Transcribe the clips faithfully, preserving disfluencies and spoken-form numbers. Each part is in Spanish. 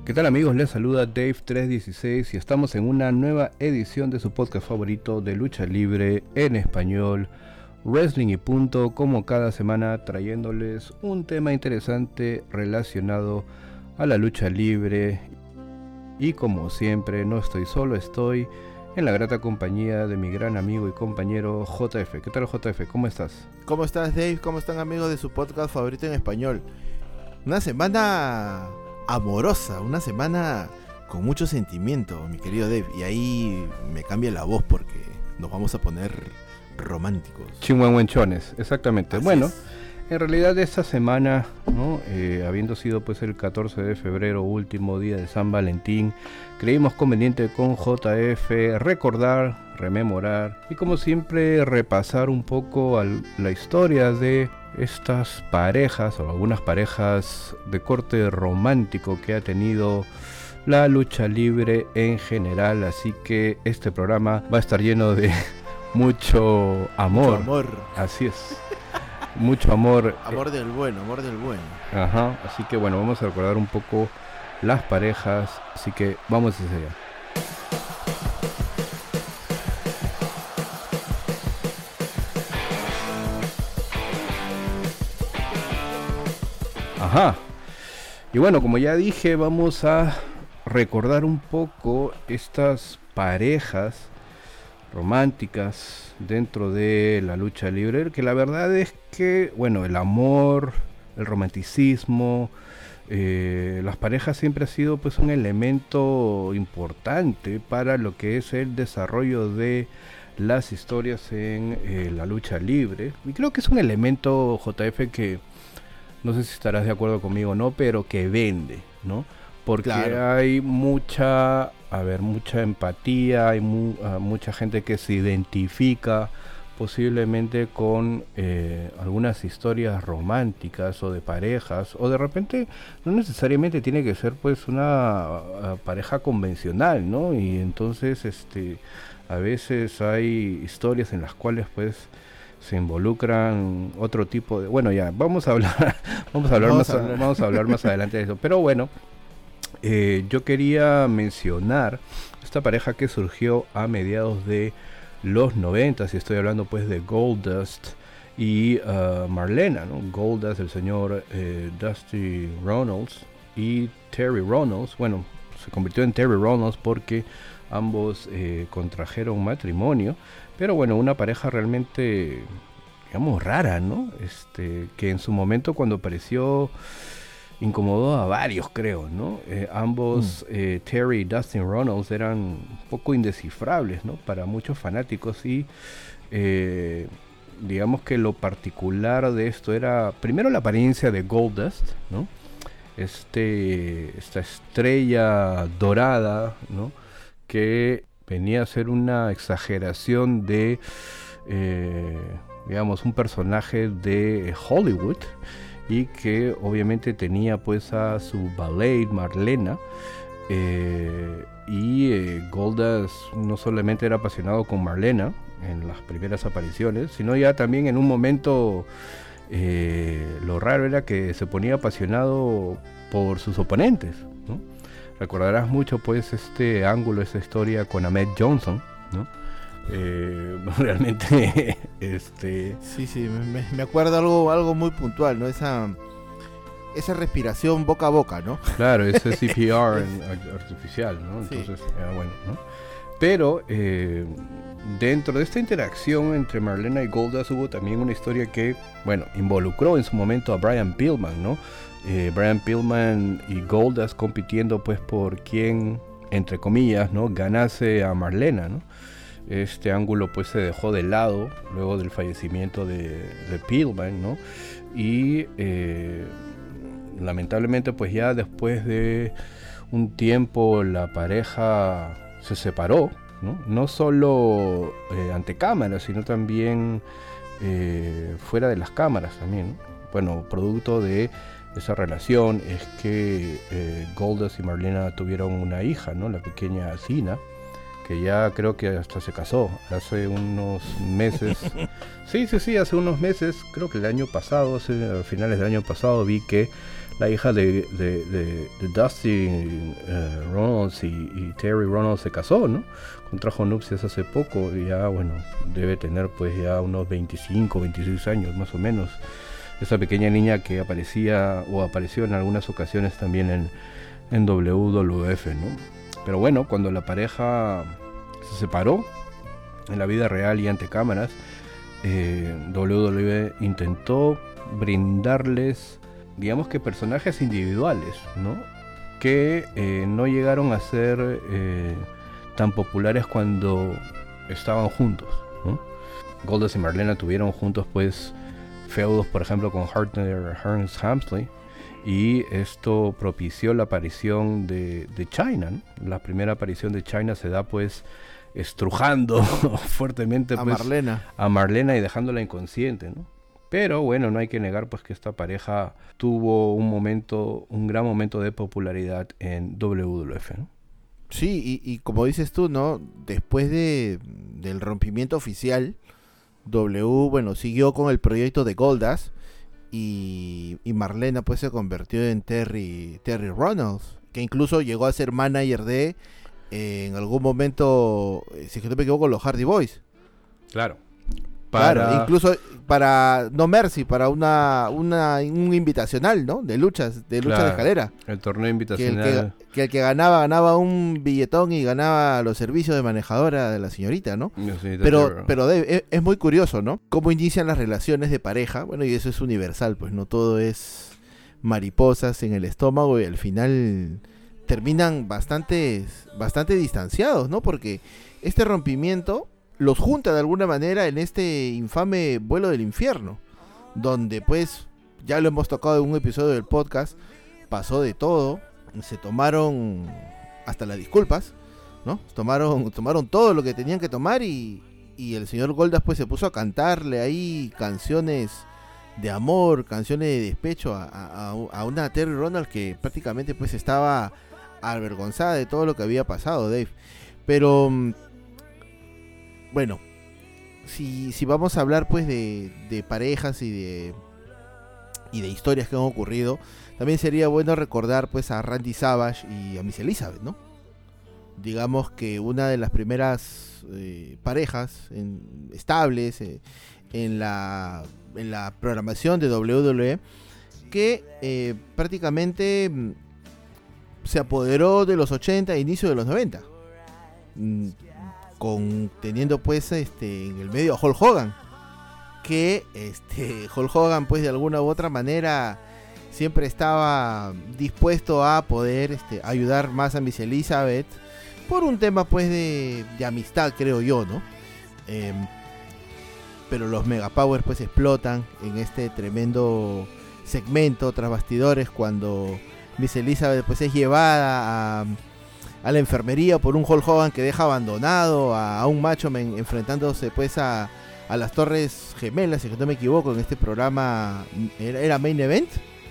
¿Qué tal amigos? Les saluda Dave tres dieciséis y estamos en una nueva edición de su podcast favorito de lucha libre en español, Wrestling y Punto, como cada semana trayéndoles un tema interesante relacionado a la lucha libre. Y como siempre no estoy solo, estoy en la grata compañía de mi gran amigo y compañero J F. ¿Qué tal J F? ¿Cómo estás? ¿Cómo estás, Dave? ¿Cómo están amigos de su podcast favorito en español? Una semana amorosa, una semana con mucho sentimiento, mi querido Dave. Y ahí me cambia la voz porque nos vamos a poner románticos. Chingüengüenchones, exactamente. Así bueno, es. En realidad esta semana, ¿no? eh, habiendo sido pues el catorce de febrero, último día de San Valentín, creímos conveniente con J F recordar, rememorar y como siempre repasar un poco al, la historia de estas parejas o algunas parejas de corte romántico que ha tenido la lucha libre en general. Así que este programa va a estar lleno de mucho amor. Mucho amor. Así es. Mucho amor. Amor del bueno, amor del bueno. Ajá, así que bueno, vamos a recordar un poco las parejas, así que vamos hacia allá. Ajá. Y bueno, como ya dije, vamos a recordar un poco estas parejas románticas dentro de la lucha libre, que la verdad es que, bueno, el amor, el romanticismo, eh, las parejas siempre ha sido pues un elemento importante para lo que es el desarrollo de las historias en eh, la lucha libre. Y creo que es un elemento, J F, que no sé si estarás de acuerdo conmigo o no, pero que vende, ¿no? Porque claro, hay mucha, a ver, mucha empatía, hay mu, uh, mucha gente que se identifica posiblemente con eh, algunas historias románticas o de parejas, o de repente no necesariamente tiene que ser pues una uh, pareja convencional, ¿no? Y entonces este a veces hay historias en las cuales pues se involucran otro tipo de, bueno, ya vamos a hablar vamos a hablar vamos más a hablar. A, vamos a hablar más adelante de eso, pero bueno, eh, yo quería mencionar esta pareja que surgió a mediados de los noventa, y estoy hablando pues de Goldust y uh, Marlena, ¿no? Goldust, el señor eh, Dusty Runnels, y Terry Runnels. Bueno, se convirtió en Terry Runnels porque ambos eh, contrajeron matrimonio, pero bueno, una pareja realmente, digamos, rara, ¿no? Este, que en su momento cuando apareció incomodó a varios, creo, ¿no? Eh, ambos, mm. eh, Terry y Dustin Runnels, eran un poco indescifrables, ¿no? Para muchos fanáticos, y eh, digamos que lo particular de esto era, primero, la apariencia de Goldust, ¿no? Este, esta estrella dorada, ¿no? Que venía a ser una exageración de, eh, digamos, un personaje de Hollywood, y que obviamente tenía pues a su ballet Marlena, eh, y eh, Goldust no solamente era apasionado con Marlena en las primeras apariciones, sino ya también en un momento eh, lo raro era que se ponía apasionado por sus oponentes, ¿no? Recordarás mucho pues este ángulo, esta historia con Ahmed Johnson, ¿no? Eh, realmente este sí sí me, me acuerdo algo algo muy puntual, no esa esa respiración boca a boca, ¿no? Claro, ese C P R en, artificial, ¿no? Entonces sí. Era bueno, ¿no? Pero eh, dentro de esta interacción entre Marlena y Goldust hubo también una historia que, bueno, involucró en su momento a Brian Pillman, ¿no? Eh, Brian Pillman y Goldust compitiendo pues por quién, entre comillas, ¿no? Ganase a Marlena, ¿no? Este ángulo pues se dejó de lado luego del fallecimiento de, de Pillman, ¿no? Y eh, lamentablemente pues ya después de un tiempo la pareja se separó, ¿no? No solo eh, ante cámaras, sino también eh, fuera de las cámaras también, ¿no? Bueno, producto de esa relación es que eh, Goldust y Marlena tuvieron una hija, ¿no? La pequeña Cena, que ya creo que hasta se casó hace unos meses. Sí, sí, sí, hace unos meses, creo que el año pasado, hace, a finales del año pasado, vi que la hija de, de, de, de Dusty uh, Ronalds y, y Terry Ronalds se casó, ¿no? Contrajo nupcias hace poco y ya, bueno, debe tener pues ya unos veinticinco, veintiséis años más o menos. Esa pequeña niña que aparecía o apareció en algunas ocasiones también en, en W W F, ¿no? Pero bueno, cuando la pareja se separó en la vida real y ante cámaras, eh, W W E intentó brindarles, digamos que personajes individuales, ¿no? Que eh, no llegaron a ser eh, tan populares cuando estaban juntos, ¿no? Goldust y Marlena tuvieron juntos pues feudos, por ejemplo, con Hartner Hearns Hamsley, y esto propició la aparición de, de Chyna, ¿no? La primera aparición de Chyna se da pues estrujando fuertemente a pues, Marlena a Marlena y dejándola inconsciente, ¿no? Pero bueno, no hay que negar pues que esta pareja tuvo un momento, un gran momento de popularidad en W W F, ¿no? Sí, y, y como dices tú, ¿no? Después de del rompimiento oficial, W, bueno, siguió con el proyecto de Goldust y, y Marlena pues se convirtió en Terry, Terry Ronalds, que incluso llegó a ser manager de, eh, en algún momento, si es que no me equivoco, los Hardy Boys. Claro. Para... Claro, incluso para No Mercy, para una, una un invitacional, ¿no? De luchas, de lucha claro, de escalera. El torneo Que el invitacional. que, que el que ganaba, ganaba un billetón y ganaba los servicios de manejadora de la señorita, ¿no? Sí, Pero, pero Dave, es, es muy curioso, ¿no? Cómo inician las relaciones de pareja. Bueno, y eso es universal, pues no todo es mariposas en el estómago y al final terminan bastante, bastante distanciados, ¿no? Porque este rompimiento los junta de alguna manera en este infame vuelo del infierno, donde pues, ya lo hemos tocado en un episodio del podcast, pasó de todo, se tomaron hasta las disculpas, ¿no? Tomaron, tomaron todo lo que tenían que tomar y, y el señor Goldust pues se puso a cantarle ahí canciones de amor, canciones de despecho a, a, a una Terry Ronalds que prácticamente pues estaba avergonzada de todo lo que había pasado, Dave. Pero bueno, si, si vamos a hablar pues de, de parejas y de y de historias que han ocurrido, también sería bueno recordar pues a Randy Savage y a Miss Elizabeth, ¿no? Digamos que una de las primeras eh, parejas en, estables eh, en la en la programación de W W E, que eh, prácticamente se apoderó de los ochenta e inicio de los noventa. Mm, con teniendo pues este en el medio a Hulk Hogan, que este Hulk Hogan pues de alguna u otra manera siempre estaba dispuesto a poder este ayudar más a Miss Elizabeth por un tema pues de, de amistad, creo yo, ¿no? Eh, pero los Megapowers pues explotan en este tremendo segmento tras bastidores cuando Miss Elizabeth pues es llevada a a la enfermería por un Hulk Hogan que deja abandonado a, a un Macho Man enfrentándose pues a, a las Torres Gemelas, si no me equivoco, en este programa. ¿Era, era Main Event?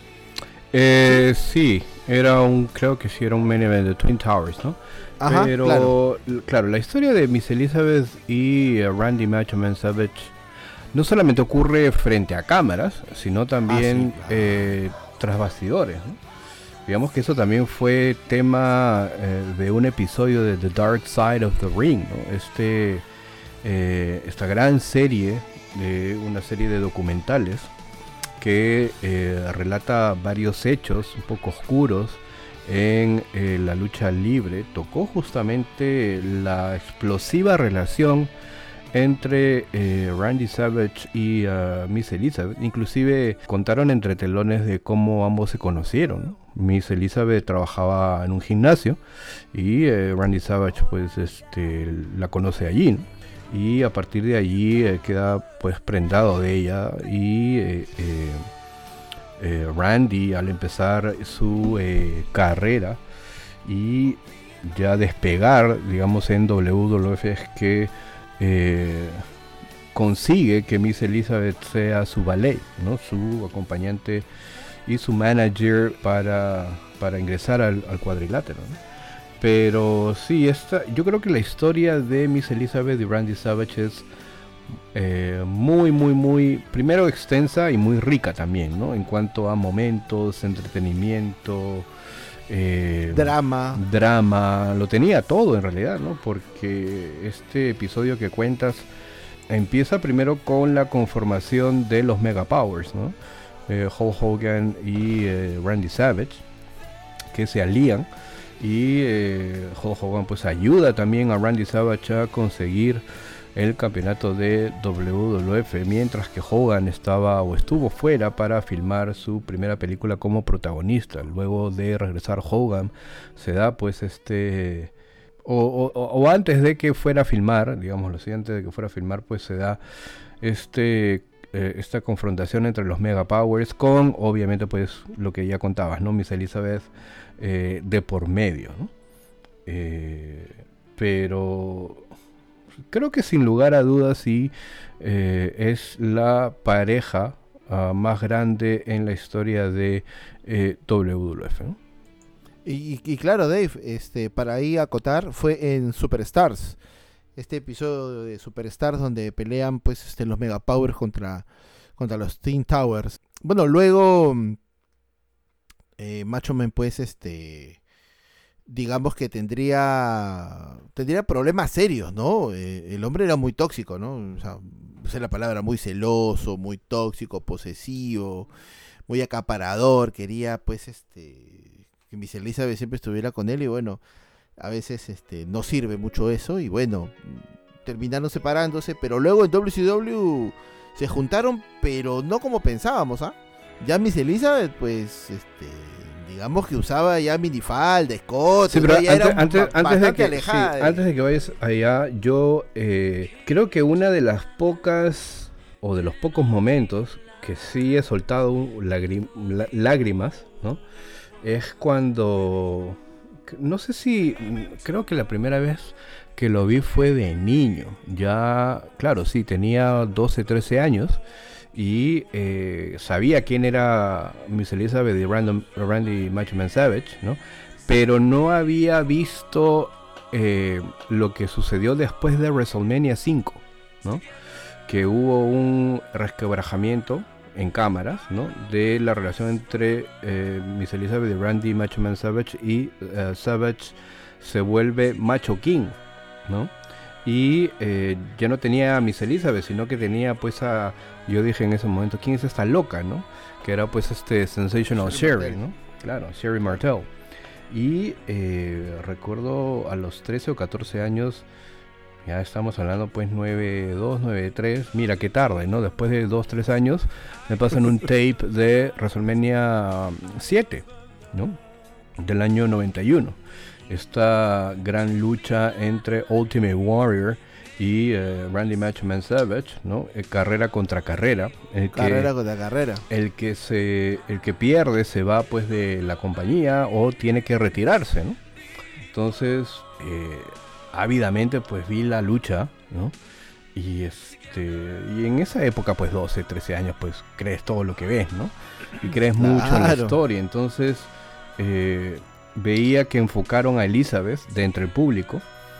Eh, sí, era un, creo que sí era un Main Event de Twin Towers, ¿no? Ajá, pero claro. claro, la historia de Miss Elizabeth y uh, Randy Macho Man Savage no solamente ocurre frente a cámaras, sino también ah, sí, claro. eh, tras bastidores, ¿no? Digamos que eso también fue tema eh, de un episodio de The Dark Side of the Ring, ¿no? Este, eh, esta gran serie, de una serie de documentales que eh, relata varios hechos un poco oscuros en eh, la lucha libre. Tocó justamente la explosiva relación entre eh, Randy Savage y uh, Miss Elizabeth. Inclusive contaron entre telones de cómo ambos se conocieron, ¿no? Miss Elizabeth trabajaba en un gimnasio y eh, Randy Savage pues este la conoce allí, ¿no? Y a partir de allí eh, queda pues prendado de ella y eh, eh, eh, Randy, al empezar su eh, carrera y ya despegar, digamos, en W W F, es que eh, consigue que Miss Elizabeth sea su valet, ¿no? Su acompañante y su manager para, para ingresar al, al cuadrilátero, ¿no? Pero sí, esta, yo creo que la historia de Miss Elizabeth y Randy Savage es eh, muy, muy, muy, primero extensa y muy rica también, ¿no? En cuanto a momentos, entretenimiento, eh, drama. Drama, lo tenía todo en realidad, ¿no? Porque este episodio que cuentas empieza primero con la conformación de los Mega Powers, ¿no? Eh, Hulk Hogan y eh, Randy Savage, que se alían, y eh, Hulk Hogan pues ayuda también a Randy Savage a conseguir el campeonato de doble u doble u efe, mientras que Hogan estaba o estuvo fuera para filmar su primera película como protagonista. Luego de regresar Hogan se da pues este o, o, o antes de que fuera a filmar, digámoslo así, antes de que fuera a filmar pues se da este eh, esta confrontación entre los Mega Powers con obviamente pues lo que ya contabas, ¿no? Miss Elizabeth eh, de por medio, ¿no? Eh, pero creo que sin lugar a dudas sí eh, es la pareja uh, más grande en la historia de eh, doble u doble u efe, ¿no? Y, y claro, Dave, este, para ahí acotar, fue en Superstars, este episodio de Superstars donde pelean pues este, los Mega Powers contra, contra los Teen Towers. Bueno, luego eh, Macho Man pues este digamos que tendría tendría problemas serios, ¿no? Eh, el hombre era muy tóxico, ¿no? O sea, usé la palabra, muy celoso, muy tóxico, posesivo, muy acaparador, quería pues este que Miss Elizabeth siempre estuviera con él y bueno, a veces este no sirve mucho eso y bueno, terminaron separándose, pero luego en doble u C W se juntaron, pero no como pensábamos, ¿ah? Ya Miss Elizabeth pues este digamos que usaba ya minifalda, escote, sí, pero ya antes, era antes, antes, de que, alejada. Sí, de... antes de que vayas allá, yo eh, creo que una de las pocas o de los pocos momentos que sí he soltado lagrim, lágrimas, ¿no? Es cuando, no sé si, creo que la primera vez que lo vi fue de niño, ya, claro, sí, tenía doce, trece años, y eh, sabía quién era Miss Elizabeth y Random, Randy Macho Man Savage, ¿no? Pero no había visto eh, lo que sucedió después de WrestleMania cinco, ¿no? Que hubo un resquebrajamiento en cámaras, ¿no? De la relación entre eh, Miss Elizabeth y Randy Macho Man Savage, y uh, Savage se vuelve Macho King, ¿no? Y eh, ya no tenía a Miss Elizabeth, sino que tenía pues a, yo dije en ese momento, ¿quién es esta loca, no? Que era pues este Sensational Sherry, Sherry, ¿no? Claro, Sherry Martel. Y eh, recuerdo a los trece o catorce años, ya estamos hablando pues nueve dos, nueve tres, mira qué tarde, ¿no? Después de dos, tres años me pasan un tape de WrestleMania siete, ¿no? Del año noventa y uno. Esta gran lucha entre Ultimate Warrior y eh, Randy Macho Man Savage, ¿no? Eh, carrera contra carrera. El carrera que, contra carrera. El que se, el que pierde se va pues de la compañía o tiene que retirarse, ¿no? Entonces, eh, ávidamente pues vi la lucha, ¿no? Y este, y en esa época pues doce, trece años pues crees todo lo que ves, ¿no? Y crees claro. mucho en la historia. Entonces, eh, veía que enfocaron a Elizabeth de entre el público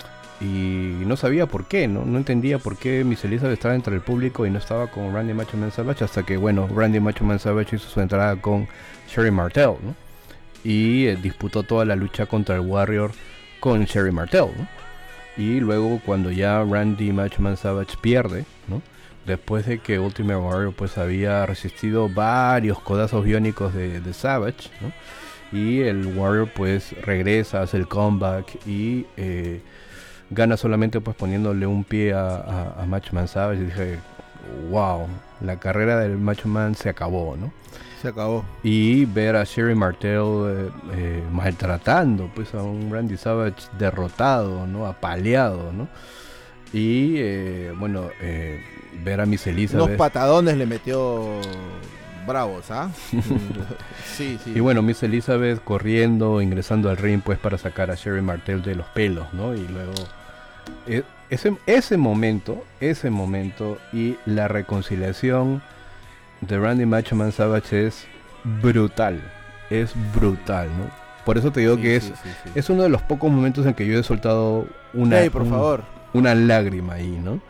y no sabía por qué, ¿no? No entendía por qué Miss Elizabeth estaba entre el público y no estaba con Randy Macho Man Savage, hasta que, bueno, Randy Macho Man Savage hizo su entrada con Sherry Martel, ¿no? Y eh, disputó toda la lucha contra el Warrior con Sherry Martel, ¿no? Y luego cuando ya Randy Macho Man Savage pierde, ¿no? Después de que Ultimate Warrior pues había resistido varios codazos biónicos de, de Savage, ¿no? Y el Warrior pues regresa, hace el comeback y eh, gana solamente pues poniéndole un pie a, a, a Macho Man Savage. Y dije, wow, la carrera del Macho Man se acabó, ¿no? Se acabó. Y ver a Sherry Martel eh, eh, maltratando pues a un Randy Savage derrotado, ¿no? Apaleado, ¿no? Y eh, bueno, eh, ver a Miss Elizabeth. Unos patadones le metió bravos, ¿ah? ¿eh? Sí, sí. Y bueno, Miss Elizabeth corriendo, ingresando al ring pues para sacar a Sherry Martel de los pelos, ¿no? Y luego eh, ese, ese momento, ese momento y la reconciliación de Randy Macho Man Savage es brutal, es brutal, ¿no? Por eso te digo sí, que es, sí, sí, sí. es uno de los pocos momentos en que yo he soltado una, hey, por un, favor. una lágrima ahí, ¿no?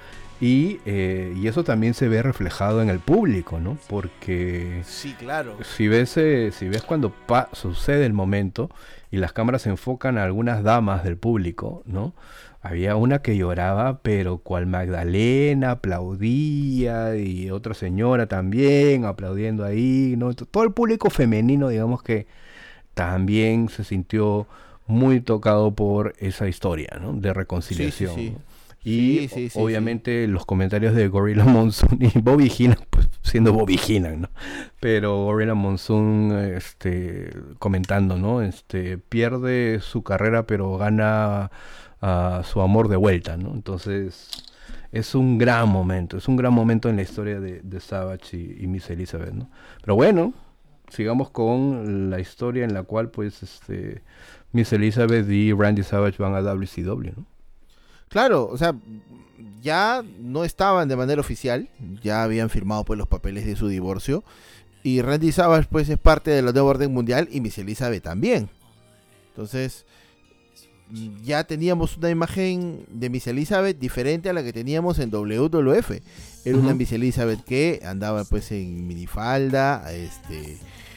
Y, eh, y eso también se ve reflejado en el público, ¿no? Porque Sí, claro. si ves, eh, si ves cuando pa- sucede el momento y las cámaras se enfocan a algunas damas del público, ¿no? Había una que lloraba, pero cual Magdalena aplaudía y otra señora también aplaudiendo ahí, ¿no? T- Todo el público femenino, digamos que también se sintió muy tocado por esa historia, ¿no? De Sí, sí, reconciliación, sí. ¿no? Y Sí, sí, o- sí, sí. obviamente los comentarios de Gorilla Monsoon y Bobby Heenan, pues siendo Bobby Heenan, ¿no? Pero Gorilla Monsoon, este, comentando, ¿no? Este, pierde su carrera, pero gana a su amor de vuelta, ¿no? Entonces, es un gran momento, es un gran momento en la historia de, de Savage y, y Miss Elizabeth, ¿no? Pero bueno, sigamos con la historia en la cual, pues, este, Miss Elizabeth y Randy Savage van a W C W, ¿no? Claro, o sea, ya no estaban de manera oficial, ya habían firmado pues los papeles de su divorcio y Randy Savage pues es parte de la nueva orden mundial y Miss Elizabeth también. Entonces, mm, ya teníamos una imagen de Miss Elizabeth diferente a la que teníamos en W W F. Era una Ujú. Miss Elizabeth que andaba pues en minifalda, este,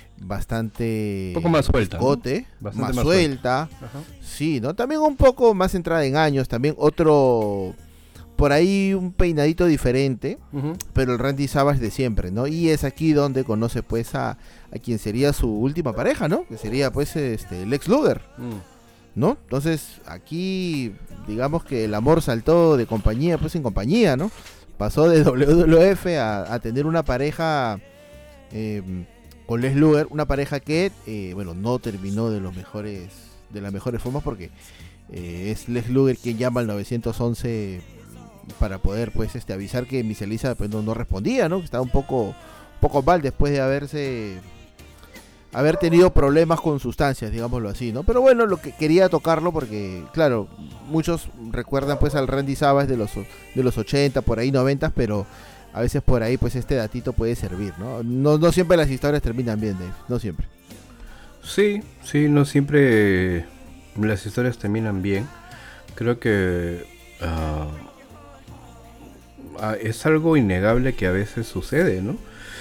bastante Un poco más suelta, ¿no? escote, Bastante más más suelta. Ajá. Sí, ¿no? También un poco más centrada en años, también otro, por ahí un peinadito diferente, Ujú. pero el Randy Savage de siempre, ¿no? Y es aquí donde conoce pues a, a quien sería su última pareja, ¿no? Que sería pues este Lex Luger, Mm. ¿no? Entonces aquí digamos que el amor saltó de compañía pues en compañía, ¿no? Pasó de W W F a, a tener una pareja eh, con Les Luger, una pareja que, eh, bueno, no terminó de los mejores, de las mejores formas porque eh, es Les Luger quien llama al nueve once para poder, pues, este, avisar que Miss Elizabeth pues, no, no respondía, ¿no? Que estaba un poco, un poco mal después de haberse, haber tenido problemas con sustancias, digámoslo así, ¿no? Pero bueno, lo que quería tocarlo porque, claro, muchos recuerdan, pues, al Randy Savage de los, de los ochenta, por ahí noventa, pero a veces por ahí pues este datito puede servir, ¿no? No, no siempre las historias terminan bien, Dave, no siempre. Sí, sí, no siempre las historias terminan bien. Creo que ah, ah, es algo innegable que a veces sucede, ¿no?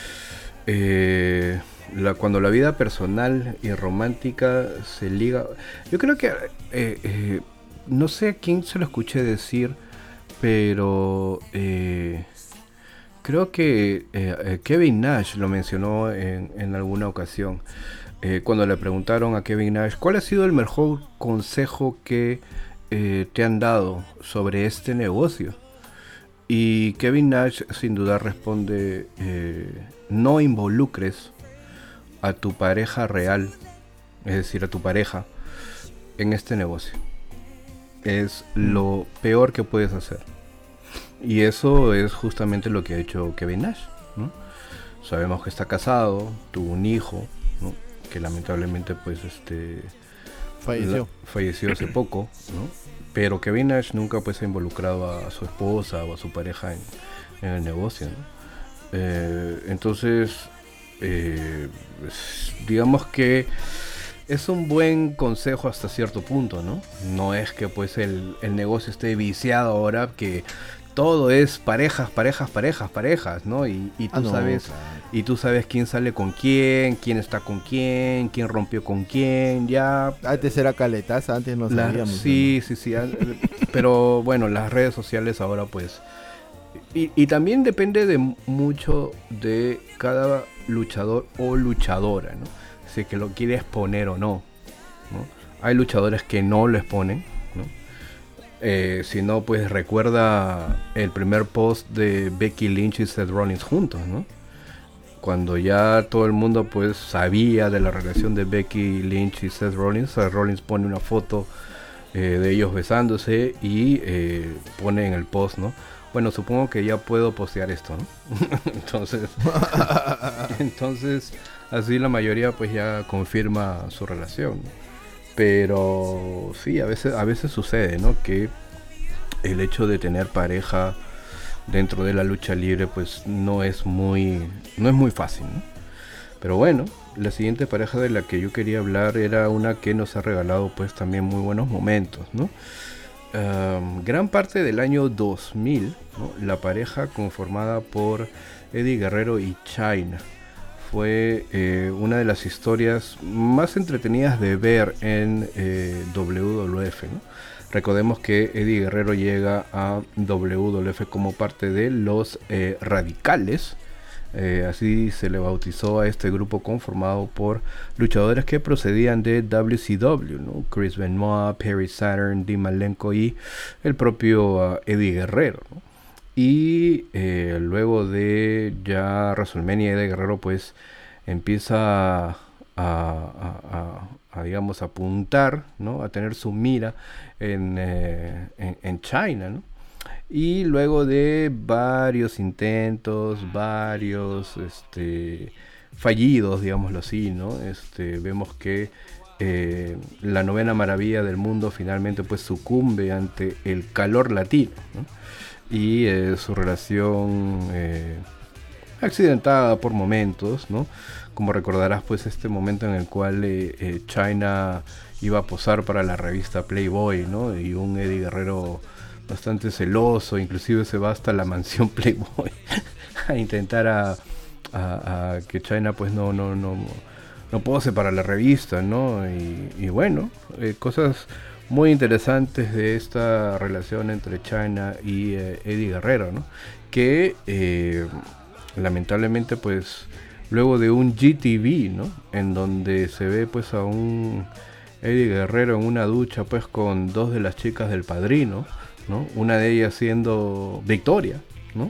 Eh, la, cuando la vida personal y romántica se liga. Yo creo que, eh, eh, no sé a quién se lo escuché decir, pero eh, creo que eh, eh, Kevin Nash lo mencionó en, en alguna ocasión. Eh, cuando le preguntaron a Kevin Nash, ¿cuál ha sido el mejor consejo que eh, te han dado sobre este negocio? Y Kevin Nash sin duda responde, eh, no involucres a tu pareja real, es decir, a tu pareja, en este negocio. Es lo peor que puedes hacer. Y eso es justamente lo que ha hecho Kevin Nash, ¿no? Sabemos que está casado, tuvo un hijo, ¿no? Que lamentablemente pues este Falleció. la- falleció hace poco, ¿no? Pero Kevin Nash nunca pues ha involucrado a su esposa o a su pareja en, en el negocio, ¿no? Eh, entonces, eh, es- digamos que es un buen consejo hasta cierto punto, ¿no? No es que pues el, el negocio esté viciado ahora, que todo es parejas, parejas, parejas, parejas, ¿no? Y, y tú Ah, no, sabes, claro. y tú sabes quién sale con quién, quién está con quién, quién rompió con quién, ya. Antes era caletaza, antes no La- sabíamos. sí, sí, sí, an- pero bueno, las redes sociales ahora pues... Y, y también depende de mucho de cada luchador o luchadora, ¿no? Si es que lo quiere exponer o no, ¿no? Hay luchadores que no lo exponen, ¿no? Eh, si no, pues recuerda el primer post de Becky Lynch y Seth Rollins juntos, ¿no? Cuando ya todo el mundo pues sabía de la relación de Becky Lynch y Seth Rollins, Seth Rollins pone una foto eh, de ellos besándose y eh, pone en el post, ¿no? Bueno, supongo que ya puedo postear esto, ¿no? entonces, entonces, así la mayoría pues ya confirma su relación, ¿no? Pero sí, a veces, a veces sucede, ¿no? Que el hecho de tener pareja dentro de la lucha libre pues no es muy, no es muy fácil, ¿no? Pero bueno, la siguiente pareja de la que yo quería hablar era una que nos ha regalado pues también muy buenos momentos, ¿no? um, gran parte del año dos mil, ¿no? La pareja conformada por Eddie Guerrero y Chyna fue eh, una de las historias más entretenidas de ver en eh, W W F, ¿no? Recordemos que Eddie Guerrero llega a W W F como parte de los eh, Radicales. Eh, así se le bautizó a este grupo conformado por luchadores que procedían de W C W, ¿no? Chris Benoit, Perry Saturn, Dean Malenko y el propio uh, Eddie Guerrero, ¿no? Y eh, luego de ya WrestleMania, Eddie Guerrero pues empieza a, a, a, a digamos apuntar, ¿no? A tener su mira en, eh, en, en Chyna, ¿no? Y luego de varios intentos, varios este, fallidos, digámoslo así, ¿no? Este, vemos que eh, la novena maravilla del mundo finalmente pues sucumbe ante el calor latino, ¿no? Y eh, su relación eh, accidentada por momentos, ¿no? Como recordarás pues este momento en el cual eh, eh, Chyna iba a posar para la revista Playboy, ¿no? Y un Eddie Guerrero bastante celoso, inclusive se va hasta la mansión Playboy a intentar a, a, a que Chyna pues no no no no pose para la revista, ¿no? Y, y bueno, eh, cosas muy interesantes de esta relación entre Chyna y eh, Eddie Guerrero, ¿no? Que eh, lamentablemente pues luego de un G T V, ¿no? En donde se ve pues a un Eddie Guerrero en una ducha pues con dos de las chicas del Padrino, ¿no? Una de ellas siendo Victoria, ¿no?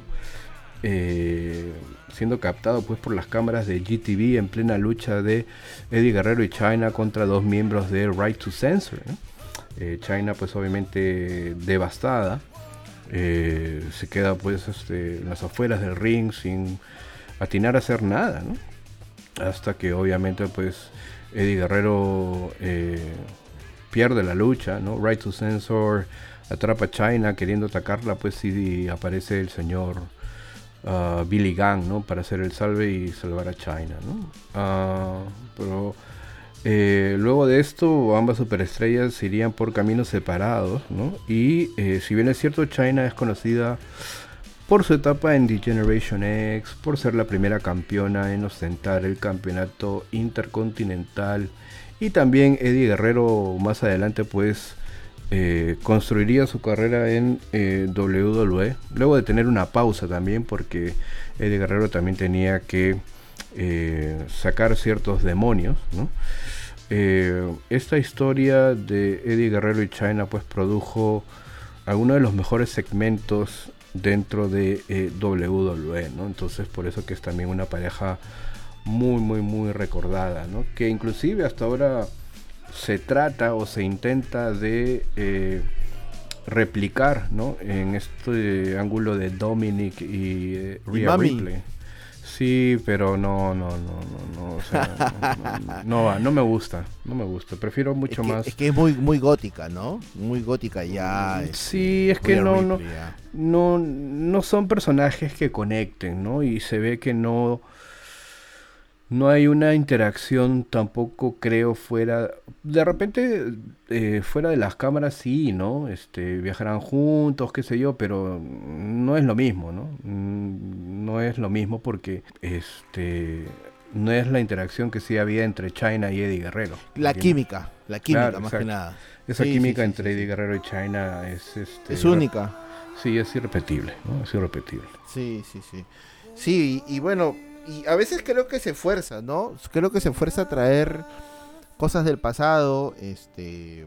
Eh, siendo captado pues por las cámaras de G T V en plena lucha de Eddie Guerrero y Chyna contra dos miembros de Right to Censor, ¿no? eh, Chyna pues obviamente devastada, eh, se queda pues este, en las afueras del ring sin atinar a hacer nada, ¿no? Hasta que obviamente pues Eddie Guerrero eh, pierde la lucha, ¿no? Right to Censor atrapa a Chyna queriendo atacarla, pues y aparece el señor uh, Billy Gunn, ¿no? Para hacer el salve y salvar a Chyna, ¿no? Uh, pero eh, luego de esto ambas superestrellas irían por caminos separados, ¿no? Y eh, si bien es cierto, Chyna es conocida por su etapa en The Generation X, por ser la primera campeona en ostentar el campeonato intercontinental, y también Eddie Guerrero más adelante pues Eh, construiría su carrera en eh, W W E, luego de tener una pausa también porque Eddie Guerrero también tenía que eh, sacar ciertos demonios, ¿no? Eh, esta historia de Eddie Guerrero y Chyna pues produjo algunos de los mejores segmentos dentro de eh, W W E, ¿no? Entonces por eso que es también una pareja muy muy muy recordada, ¿no? Que inclusive hasta ahora se trata o se intenta de eh, replicar, ¿no? En este ángulo de Dominic y eh, Rhea Ripley. Sí, pero no, no, no, no, no, o sea, no, no, no va, no me gusta, no me gusta. Prefiero mucho es que, más. Es que es muy, muy gótica, ¿no? Muy gótica ya. Sí, es que no, no, no, no son personajes que conecten, ¿no? Y se ve que no. No hay una interacción tampoco, creo, fuera... De repente, eh, fuera de las cámaras sí, ¿no? Este, viajarán juntos, qué sé yo, pero no es lo mismo, ¿no? No es lo mismo porque este, no es la interacción que sí había entre Chyna y Eddie Guerrero. La ¿entiendes? química, la química claro, más exacto. que nada. Esa sí, química sí, sí, entre sí, Eddie sí. Guerrero y Chyna es... Este, es única. Sí, es irrepetible, ¿no? Es irrepetible. Sí, sí, sí. Sí, y, y bueno... Y a veces creo que se fuerza, ¿no? Creo que se fuerza a traer cosas del pasado, este,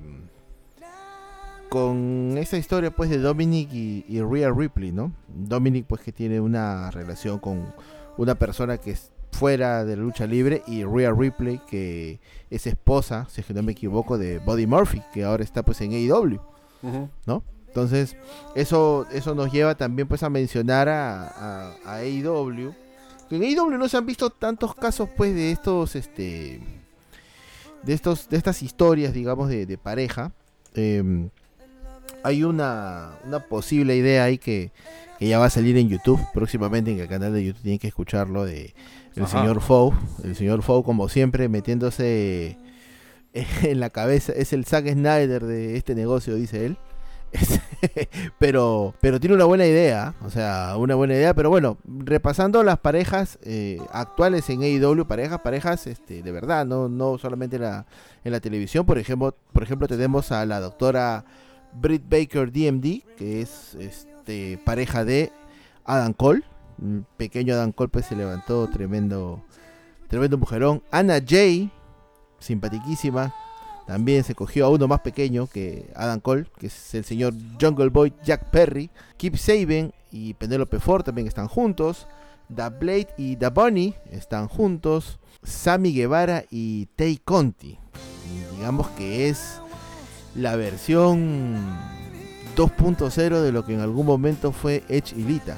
con esa historia pues de Dominic y, y Rhea Ripley, ¿no? Dominic pues que tiene una relación con una persona que es fuera de la lucha libre, y Rhea Ripley que es esposa, si es que no me equivoco, de Buddy Murphy, que ahora está pues en A E W, uh-huh. ¿no? Entonces eso eso nos lleva también pues a mencionar a, a, a A E W. En A E W no se han visto tantos casos pues de estos este de estos de estas historias, digamos, de, de pareja. Eh, hay una una posible idea ahí que, que ya va a salir en YouTube próximamente, en el canal de YouTube tienen que escucharlo, de el Ajá. señor Fou, el señor Fou como siempre metiéndose en la cabeza, es el Zack Snyder de este negocio, dice él. pero pero tiene una buena idea, o sea, una buena idea, pero bueno, repasando las parejas eh, actuales en A E W, parejas, parejas este, de verdad, no no solamente la, en la televisión, por ejemplo, por ejemplo tenemos a la doctora Britt Baker D M D, que es este pareja de Adam Cole, un pequeño Adam Cole pues se levantó tremendo tremendo mujerón. Anna Jay, simpatiquísima, también se cogió a uno más pequeño que Adam Cole, que es el señor Jungle Boy Jack Perry. Kip Sabian y Penelope Ford también están juntos. Da Blade y Da Bunny están juntos. Sammy Guevara y Tay Conti. Y digamos que es la versión dos punto cero de lo que en algún momento fue Edge y Lita.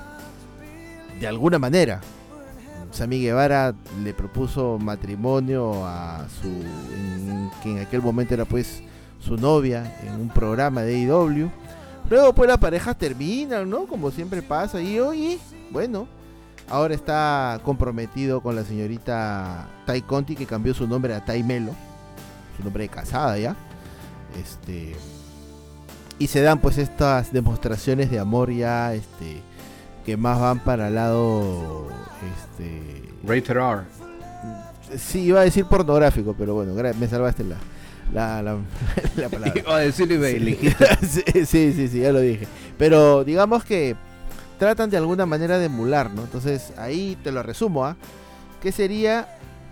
De alguna manera. Sammy Guevara le propuso matrimonio a su, en, que en aquel momento era pues su novia, en un programa de A E W. Luego pues las parejas terminan, ¿no? Como siempre pasa. Y hoy, bueno, ahora está comprometido con la señorita Tay Conti, que cambió su nombre a Tay Melo, su nombre de casada ya. Este, y se dan pues estas demostraciones de amor ya, este, que más van para el lado este Rated R. Sí, iba a decir pornográfico, pero bueno, me salvaste la la, la, la palabra. Iba a decir y me sí, sí, sí, sí, ya lo dije. Pero digamos que tratan de alguna manera de emular, ¿no? Entonces, ahí te lo resumo, ¿ah? ¿eh? ¿Qué sería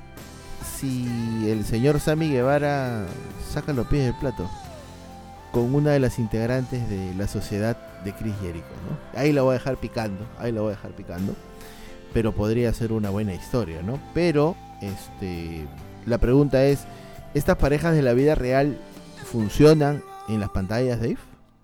si el señor Sammy Guevara saca los pies del plato con una de las integrantes de la sociedad de Chris Jericho, ¿no? Ahí la voy a dejar picando, ahí la voy a dejar picando, pero podría ser una buena historia, ¿no? Pero, este, la pregunta es, ¿estas parejas de la vida real funcionan en las pantallas, Dave?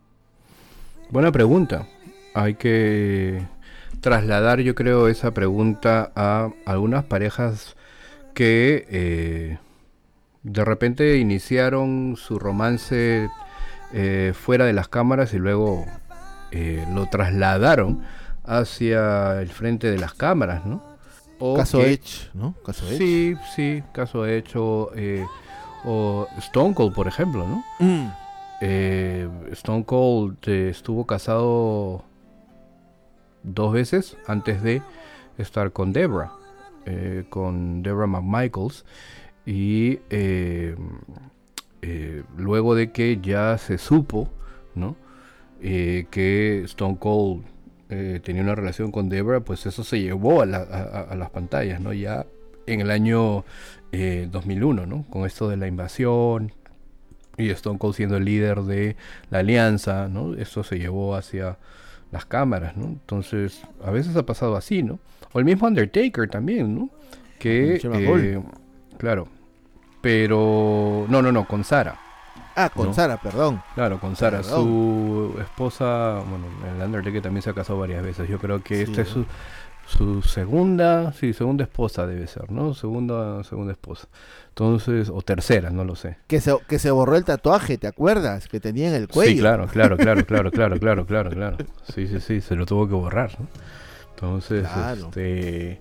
Buena pregunta. Hay que trasladar, yo creo, esa pregunta a algunas parejas que eh, de repente iniciaron su romance Eh, fuera de las cámaras y luego eh, lo trasladaron hacia el frente de las cámaras, ¿no? O caso que, Edge, ¿no? Caso Edge. Sí, sí, caso Edge o, eh, o Stone Cold, por ejemplo, ¿no? Mm. Eh, Stone Cold eh, estuvo casado dos veces antes de estar con Debra, eh, con Debra McMichaels, y eh, Eh, luego de que ya se supo, ¿no? Eh, que Stone Cold eh, tenía una relación con Debra, pues eso se llevó a, la, a, a las pantallas, ¿no? Ya en el año eh, dos mil uno, ¿no? Con esto de la invasión y Stone Cold siendo el líder de la alianza, ¿no? Eso se llevó hacia las cámaras, ¿no? Entonces, a veces ha pasado así, ¿no? O el mismo Undertaker también, ¿no? Que, eh, claro. Pero, no, no, no, con Sara. Ah, con ¿no? Sara, perdón. Claro, con Sara. Perdón. Su esposa, bueno, el Undertaker también se ha casado varias veces. Yo creo que Sí, esta ¿no? es su, su segunda, sí, segunda esposa debe ser, ¿no? Segunda, segunda esposa. Entonces, o tercera, no lo sé. Que se, que se borró el tatuaje, ¿te acuerdas? Que tenía en el cuello. Sí, claro, claro, claro, claro, claro, claro, claro, claro. Sí, sí, sí, se lo tuvo que borrar, ¿no? Entonces, Claro. este...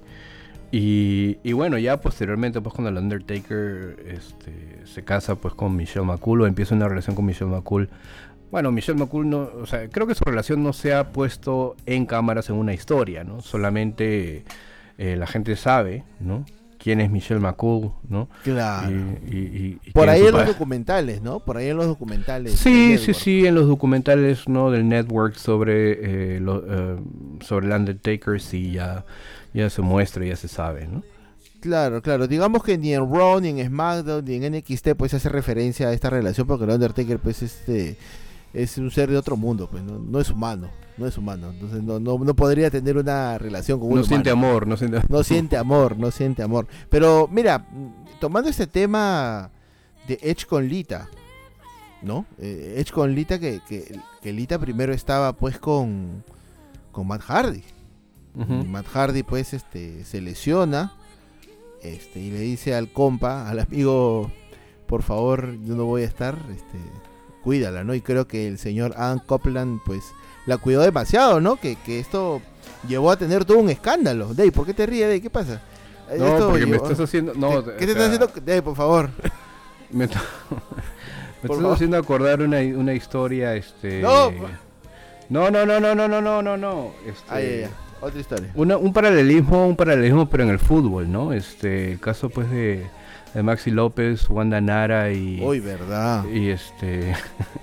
Y, y bueno, ya posteriormente, pues cuando el Undertaker este, se casa pues con Michelle McCool o empieza una relación con Michelle McCool. Bueno, Michelle McCool no, o sea, creo que su relación no se ha puesto en cámaras en una historia, ¿no? Solamente eh, la gente sabe, ¿no? Quién es Michelle McCool, ¿no? Claro. Y, y, y, y Por ahí en los pa- documentales, ¿no? Por ahí en los documentales. Sí, del sí, network. sí, en los documentales, ¿no? Del network sobre eh, lo, eh, sobre el Undertaker, sí, ya, ya se muestra, ya se sabe, ¿no? Claro, claro. Digamos que ni en Raw, ni en SmackDown, ni en N X T pues se hace referencia a esta relación porque el Undertaker pues este es un ser de otro mundo, pues no, no es humano, no es humano. Entonces no, no, no podría tener una relación con un No humano. siente amor, no siente No siente amor, no siente amor. Pero mira, tomando este tema de Edge con Lita, ¿no? Eh, Edge con Lita, que, que, que Lita primero estaba pues con, con Matt Hardy. Ujú. Y Matt Hardy pues este se lesiona este y le dice al compa, al amigo, por favor, yo no voy a estar, este, cuídala, ¿no? Y creo que el señor Adam Copeland pues la cuidó demasiado, ¿no? Que, que esto llevó a tener todo un escándalo. Dave, ¿por qué te ríes, Dave? ¿Qué pasa? No, Esto porque me llevó- estás haciendo... No, ¿Qué, o qué te sea, estás haciendo? Dave, por favor. Me, to- Me Por estás favor. haciendo acordar una, una historia, este... No. No, no, no, no, no, no, no, no, no. Este, Ah, ya, ya. Otra historia. Una, un paralelismo, un paralelismo, pero en el fútbol, ¿no? Este, el caso, pues, de, de Maxi López, Wanda Nara y... Uy, verdad. Y este...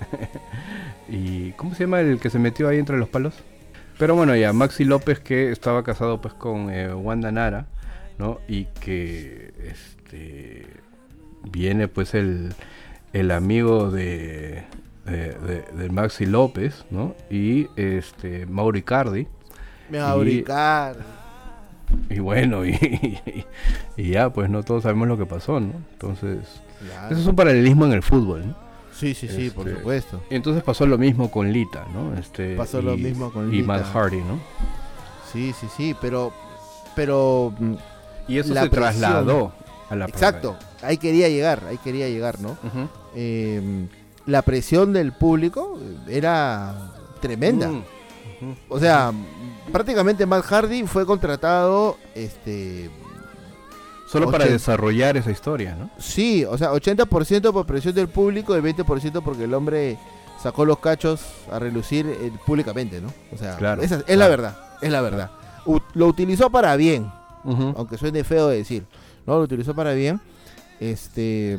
y ¿cómo se llama el que se metió ahí entre los palos? Pero bueno, ya, Maxi López, que estaba casado, pues, con eh, Wanda Nara, ¿no? Y que, este... viene, pues, el, el amigo de... De, de, de Maxi López, ¿no? Y este Mauro Icardi. Me va a brincar. Y bueno, y, y, y ya, pues no todos sabemos lo que pasó, ¿no? Entonces, Claro. eso es un paralelismo en el fútbol, ¿no? Sí, sí, sí, por Este, supuesto. Y entonces pasó lo mismo con Lita, ¿no? Este, Pasó y, lo mismo con y Lita. Matt Hardy, ¿no? Sí, sí, sí, pero... Pero... mm, Y eso La se presión. trasladó a la Exacto. Ahí quería llegar, ahí quería llegar, ¿no? Ujú. Eh, la presión del público era tremenda. Mm. Ujú. O sea, prácticamente Matt Hardy fue contratado, este... Solo para ochenta. desarrollar esa historia, ¿no? Sí, o sea, ochenta por ciento por presión del público y veinte por ciento porque el hombre sacó los cachos a relucir eh, públicamente, ¿no? O sea, Claro, esa es claro. la verdad, es la verdad. U- lo utilizó para bien, Ujú. aunque suene feo de decir, ¿no? Lo utilizó para bien. Este...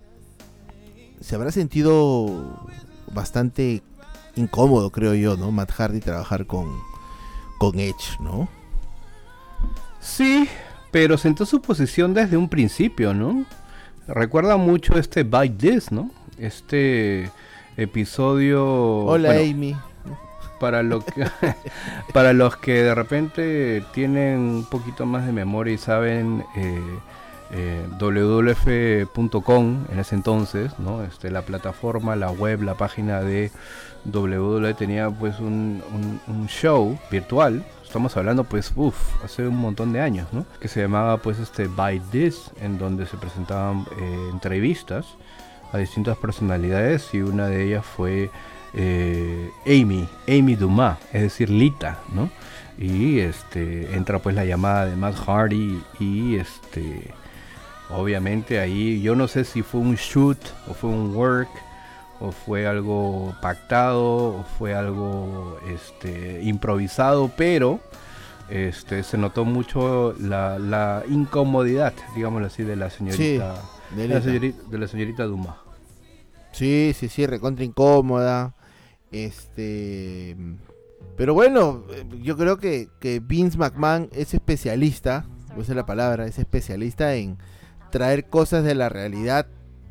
Se habrá sentido bastante incómodo, creo yo, ¿no? Matt Hardy trabajar con, con Edge, ¿no? Sí, pero sentó su posición desde un principio, ¿no? Recuerda mucho este Bite This, ¿no? Este episodio... Hola, bueno, Amy. para, lo que, para los que de repente tienen un poquito más de memoria y saben... Eh, eh, doble u doble u efe punto com en ese entonces, ¿no? Este, la plataforma, la web, la página de doble u doble u E tenía pues un, un, un show virtual. Estamos hablando pues, uff, hace un montón de años, ¿no? Que se llamaba pues este Bite This, en donde se presentaban eh, entrevistas a distintas personalidades y una de ellas fue eh, Amy, Amy Dumas, es decir, Lita, ¿no? Y este entra pues la llamada de Matt Hardy y este obviamente ahí yo no sé si fue un shoot o fue un work o fue algo pactado o fue algo este improvisado, pero este se notó mucho la, la incomodidad, digámoslo así, de la señorita, Sí, de, la señorita de la señorita Dumas. Sí, sí, sí, recontra incómoda. Este... Pero bueno, eh, yo creo que, que Vince McMahon es especialista, esa es la palabra, es especialista en traer cosas de la realidad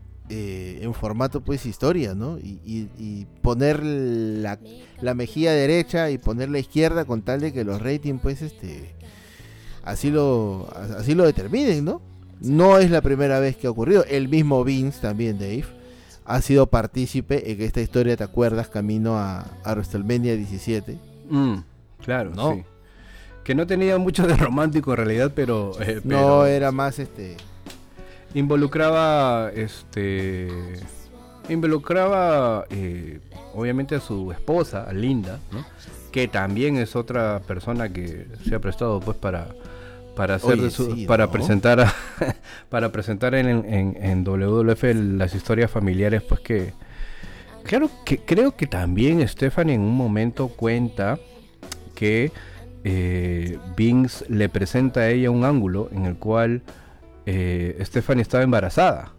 eh, en formato pues historia, ¿no? Y, y, y poner la, la mejilla derecha y poner la izquierda con tal de que los ratings pues este así lo así lo determinen, ¿no? No es la primera vez que ha ocurrido. El mismo Vince también, Dave, ha sido partícipe en esta historia, ¿te acuerdas? Camino a, a WrestleMania diecisiete. Mm, claro, No. sí. Que no tenía mucho de romántico en realidad, pero, eh, No, pero era más este... involucraba, este, involucraba, eh, obviamente a su esposa, a Linda, ¿no? Que también es otra persona que se ha prestado, pues, para, para hacer, Oye, de su- sí, para ¿no? presentar, a- para presentar en, en, en doble u doble u efe las historias familiares, pues que, claro, que creo que también Stephanie en un momento cuenta que eh, Vince le presenta a ella un ángulo en el cual eh, Stephanie estaba embarazada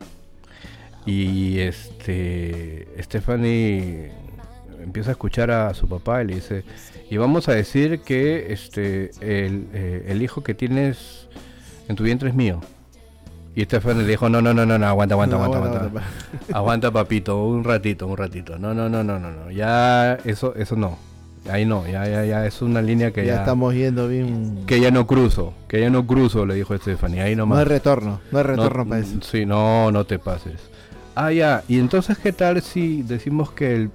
y este Stephanie empieza a escuchar a su papá y le dice, y vamos a decir que este el, eh, el hijo que tienes en tu vientre es mío. Y Stephanie le dijo, no, no, no, no, no, aguanta, aguanta, No, aguanta, aguanta, aguanta. aguanta. Aguanta, papito, un ratito, un ratito. No, no, no, no, no, no. Ya eso eso no. Ahí no, ya ya ya es una línea que ya, ya, estamos yendo bien... que ya no cruzo, que ya no cruzo, le dijo Stephanie. Ahí No nomás. hay retorno, no hay No, retorno para eso. Sí, no, no te pases. Ah, ya. Y entonces, ¿qué tal si decimos que el,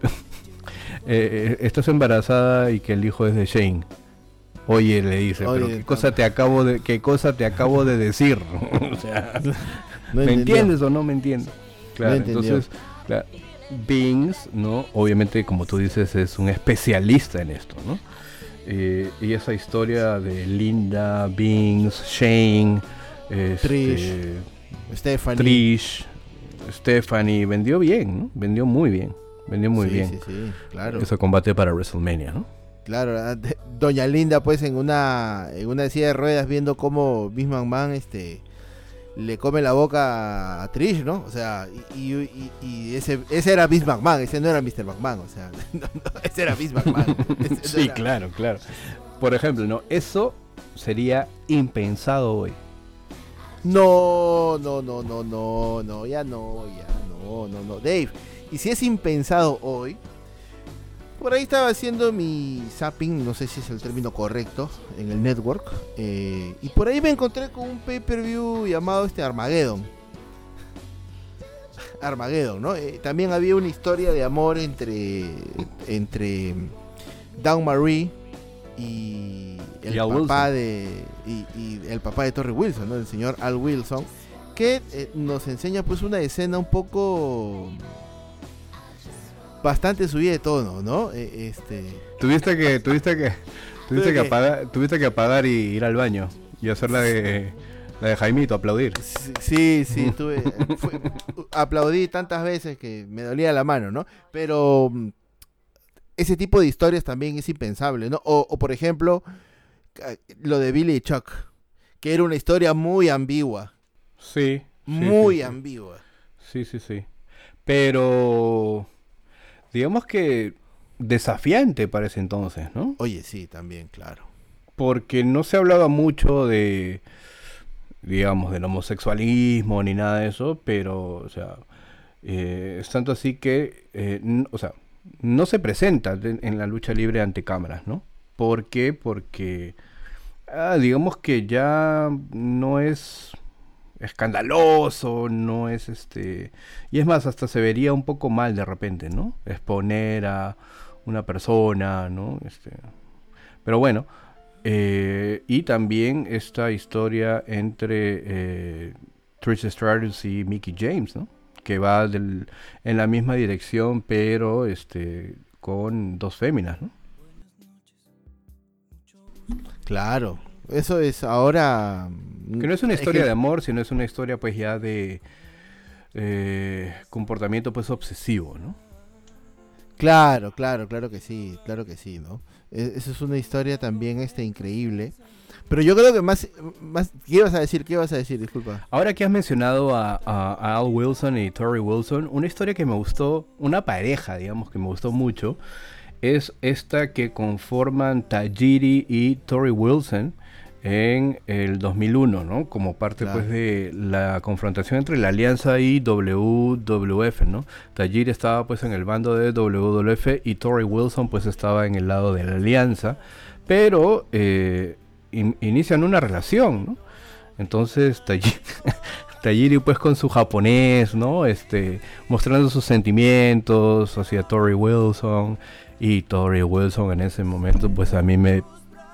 eh, estás embarazada y que el hijo es de Shane? Oye, le dice, Oye, pero qué no. cosa te acabo de, qué cosa te acabo de decir. O sea, No ¿me entendió. entiendes o no me entiendes? Claro, entendió. entonces, claro, Vince, ¿no? Obviamente, como tú dices, es un especialista en esto, ¿no? Eh, y esa historia de Linda, Vince, Shane, este, Trish, Stephanie. Trish, Stephanie, vendió bien, ¿no? Vendió muy bien, vendió muy sí, bien. Sí, sí, claro. Ese combate para WrestleMania, ¿no? Claro, Doña Linda pues en una en una silla de ruedas viendo cómo Vince McMahon este le come la boca a Trish, ¿no? O sea, y, y, y ese ese era Vince McMahon, ese no era mister McMahon, o sea, no, no, ese era Vince McMahon. Ese Sí, no era... claro, claro. Por ejemplo, ¿no? Eso sería impensado hoy. No, no, no, no, no, no, ya no, ya no, no, no. Dave, y si es impensado hoy, por ahí estaba haciendo mi zapping, no sé si es el término correcto, en el network, eh, y por ahí me encontré con un pay-per-view llamado este Armageddon. Armageddon, ¿no? Eh, también había una historia de amor entre entre Dawn Marie y el Y Al papá Wilson. de y, y el papá de Torrie Wilson, ¿no? El señor Al Wilson, que eh, nos enseña pues una escena un poco bastante subida de tono, ¿no? Eh, este Tuviste que, tuviste que, tuviste ¿Tuve que qué? apagar, tuviste que apagar y ir al baño y hacer la de la de Jaimito, aplaudir. Sí, sí, tuve, fue- aplaudí tantas veces que me dolía la mano, ¿no? Pero mm, ese tipo de historias también es impensable, ¿no? O, o por ejemplo, ca- lo de Billy y Chuck, que era una historia muy ambigua, Sí, sí, muy sí, sí. ambigua. Sí, sí, sí. Pero digamos que desafiante para ese entonces, ¿no? Oye, sí, también, claro. Porque no se hablaba mucho de, digamos, del homosexualismo ni nada de eso, pero, o sea, eh, es tanto así que, eh, n- o sea, no se presenta de- en la lucha libre ante cámaras, ¿no? ¿Por qué? Porque, ah, digamos que ya no es escandaloso, no es este... Y es más, hasta se vería un poco mal de repente, ¿no? Exponer a una persona, ¿no? Este... Pero bueno, eh, y también esta historia entre eh, Trish Stratus y Mickey James, ¿no? Que va del, en la misma dirección, pero este con dos féminas, ¿no? Claro, eso es ahora... mm, Que no es una es historia que- de amor, sino es una historia pues ya de eh, comportamiento pues obsesivo, ¿no? Claro, claro, claro que sí, claro que sí, ¿no? E- Esa es una historia también este, increíble. Pero yo creo que más, más... ¿Qué ibas a decir? ¿Qué ibas a decir? Disculpa. Ahora que has mencionado a, a- a Al Wilson y Torrie Wilson, una historia que me gustó, una pareja, digamos, que me gustó mucho, es esta que conforman Tajiri y Torrie Wilson en el dos mil uno, ¿no? Como parte Claro. pues de la confrontación entre la Alianza y W W F, ¿no? Tajiri estaba pues en el bando de W W F y Torrie Wilson pues estaba en el lado de la Alianza, pero eh, in- inician una relación, ¿no? Entonces Tajiri, Tajiri pues con su japonés, ¿no? Este, mostrando sus sentimientos hacia Torrie Wilson, y Torrie Wilson en ese momento pues a mí me,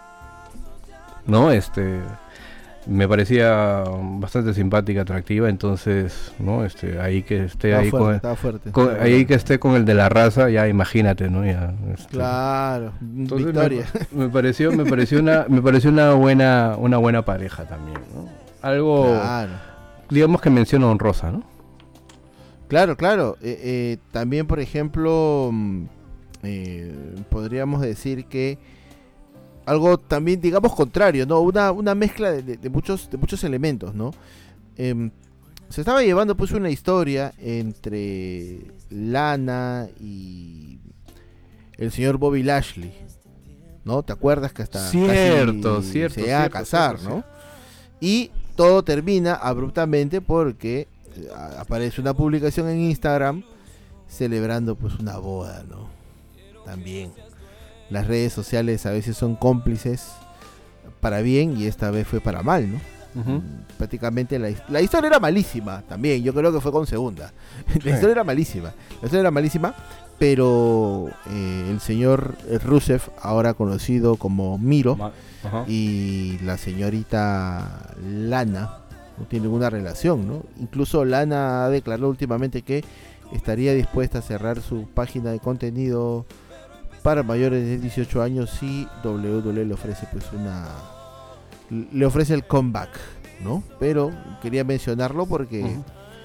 ¿no? Este, me parecía bastante simpática, atractiva, entonces, ¿no? Este, ahí que esté Estaba ahí fuerte, con, estaba fuerte. con- estaba ahí fuerte. que esté con el de la raza, ya imagínate, ¿no? Ya, este, Claro, entonces me, Victoria. me pareció, me pareció una, me pareció una buena, una buena pareja también, ¿no? Algo, Claro, digamos que menciono honrosa, ¿no? claro, claro. Eh, eh, también, por ejemplo, mm, eh, podríamos decir que algo también, digamos, contrario, ¿no? Una, una mezcla de, de- de muchos, de muchos elementos, ¿no? Em, se estaba llevando pues una historia entre Lana y el señor Bobby Lashley, ¿no? ¿Te acuerdas que hasta Cierto, casi cierto, se iban a cierto, casar, cierto, ¿no? Y todo termina abruptamente porque eh, a- aparece una publicación en Instagram celebrando pues una boda, ¿no? También las redes sociales a veces son cómplices para bien y esta vez fue para mal, ¿no? Ujú. Mm, Prácticamente la, his- la historia era malísima también, yo creo que fue con segunda. La Sí. historia era malísima, la historia era malísima, pero eh, el señor Rusev, ahora conocido como Miro, Ma- ajá. y la señorita Lana no tiene ninguna relación, ¿no? Incluso Lana ha declarado últimamente que estaría dispuesta a cerrar su página de contenido para mayores de dieciocho años si W W E le ofrece pues una le ofrece el comeback, ¿no? Pero quería mencionarlo porque Ujú.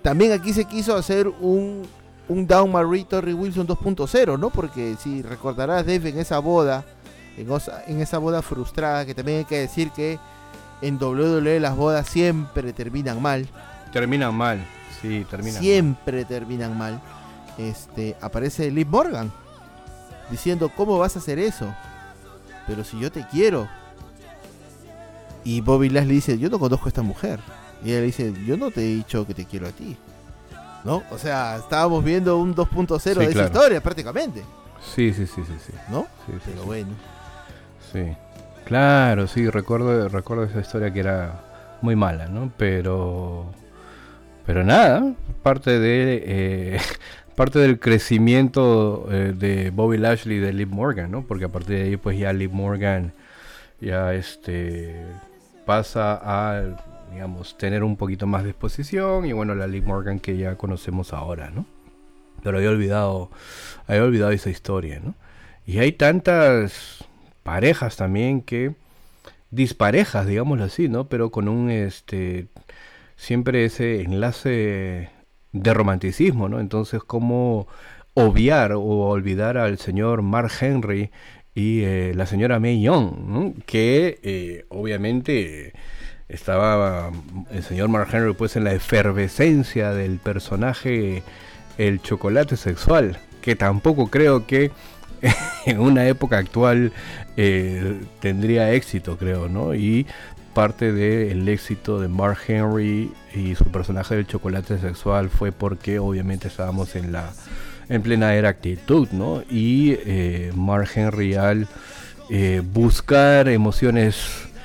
también aquí se quiso hacer un, un Dawn Marie Torrie Wilson dos punto cero, ¿no? Porque si recordarás, Dave, en esa boda, en, osa, en esa boda frustrada, que también hay que decir que en doble u doble u E las bodas siempre terminan mal. Terminan mal, sí, terminan Siempre mal. terminan mal. Este, aparece Liv Morgan diciendo, ¿cómo vas a hacer eso? Pero si yo te quiero. Y Bobby Lashley dice, yo no conozco a esta mujer. Y ella le dice, yo no te he dicho que te quiero a ti, ¿no? O sea, estábamos viendo un dos punto cero sí, de claro. esa historia prácticamente. Sí, sí, sí, sí, sí. ¿No? Sí, sí, Pero sí. bueno. Sí, claro, sí, recuerdo, recuerdo esa historia que era muy mala, ¿no? Pero, pero nada, parte de, eh, parte del crecimiento eh, de Bobby Lashley y de Liv Morgan, ¿no? Porque a partir de ahí, pues ya Liv Morgan ya este pasa a, digamos, tener un poquito más de exposición y bueno, la Liv Morgan que ya conocemos ahora, ¿no? Pero había olvidado, había olvidado esa historia, ¿no? Y hay tantas parejas también que disparejas, digámoslo así, ¿no? Pero con un este siempre ese enlace de romanticismo, ¿no? Entonces, ¿cómo obviar o olvidar al señor Mark Henry y eh, la señora Mae Young, ¿no? Que eh, obviamente estaba el señor Mark Henry pues en la efervescencia del personaje el chocolate sexual, que tampoco creo que en una época actual eh, tendría éxito, creo, ¿no? Y parte del éxito de Mark Henry y su personaje del chocolate sexual fue porque obviamente estábamos en la en plena era actitud, ¿no? Y eh, Mark Henry al eh, buscar emociones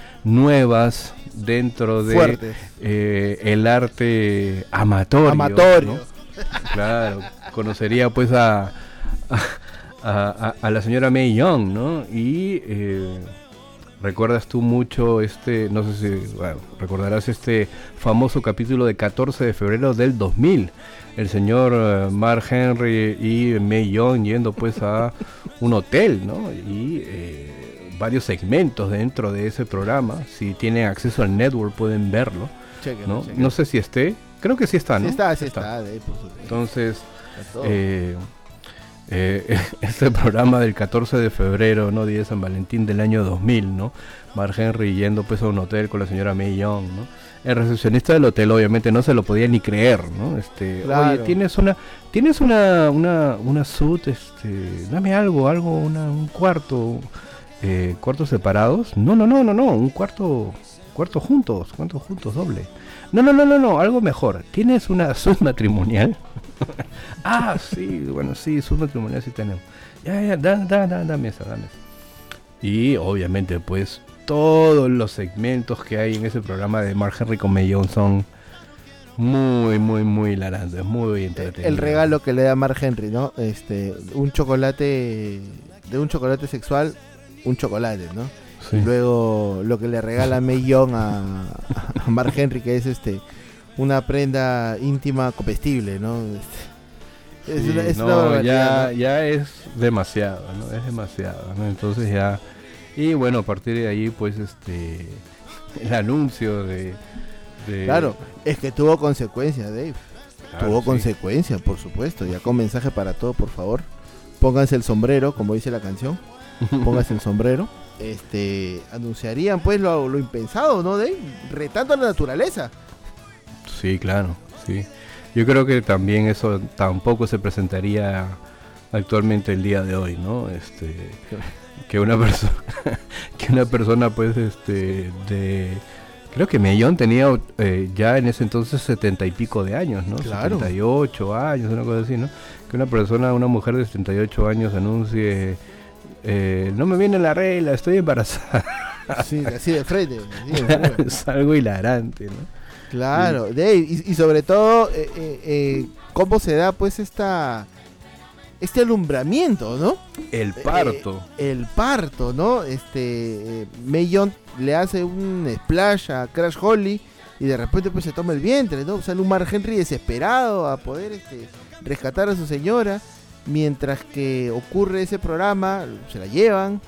nuevas dentro de eh, el arte amatorio, amatorio. ¿no? Claro, conocería pues a, a, a, a la señora Mae Young, ¿no? Y eh, recuerdas tú mucho este, no sé si, bueno, recordarás este famoso capítulo de catorce de febrero del dos mil. El señor uh, Mark Henry y Mae Young yendo pues a un hotel, ¿no? Y eh, varios segmentos dentro de ese programa. Si tienen acceso al network pueden verlo, Cheque, ¿no? cheque. No sé si esté, creo que sí está, ¿no? Sí está, sí está. está, de, por supuesto. Entonces, Está todo. eh, eh, este programa del catorce de febrero, ¿no? Día de San Valentín del año dos mil, ¿no? Mark Henry yendo pues a un hotel con la señora Mae Young, ¿no? El recepcionista del hotel obviamente no se lo podía ni creer, ¿no? Este, Claro. oye, tienes una, tienes una, una, una suite, este, dame algo, algo, una, un cuarto, eh, cuartos separados. No, no, no, no, no, un cuarto, cuarto juntos, cuartos juntos, doble. No, no, no, no, no, algo mejor. ¿Tienes una suite matrimonial? Ah, sí, bueno, sí, suite matrimonial sí tenemos. Ya, ya, da, da, da, dame esa, dame esa. Y obviamente, pues, todos los segmentos que hay en ese programa de Mark Henry con Mae Young son muy, muy, muy hilarantes, muy entretenidos. El regalo que le da Mark Henry, ¿no? Este, un chocolate, de un chocolate sexual, un chocolate, ¿no? Sí. Y luego lo que le regala Mae Young a, a Mark Henry, que es este, una prenda íntima comestible, ¿no? Este, es Sí, una, es no, una barbaridad, ya, ¿no? ya es demasiado, ¿no? Es demasiado, ¿no? Entonces ya, y bueno, a partir de ahí, pues, este, el anuncio de, de Claro, es que tuvo consecuencias, Dave. claro, tuvo sí. consecuencias, por supuesto. Ya con mensaje para todo, por favor. Pónganse el sombrero, como dice la canción. Pónganse el sombrero. Este, anunciarían pues lo, lo impensado, ¿no, Dave? Retando a la naturaleza. Sí, claro, sí. Yo creo que también eso tampoco se presentaría actualmente el día de hoy, ¿no? Este, que una persona, que una persona, pues, este, de, creo que Mae Young tenía eh, ya en ese entonces setenta y pico de años, ¿no? Claro. setenta y ocho años, una cosa así, ¿no? Que una persona, una mujer de setenta y ocho años anuncie, eh, no me viene la regla, estoy embarazada. Sí, así de frente. Así de frente. Es algo hilarante, ¿no? Claro, Dave, y, y sobre todo, eh, eh, eh, cómo se da pues esta este alumbramiento, ¿no? El parto. Eh, el parto, ¿no? Este, eh, Mae Young le hace un splash a Crash Holly y de repente pues se toma el vientre, ¿no? Sale un Mark Henry desesperado a poder este, rescatar a su señora, mientras que ocurre ese programa, se la llevan,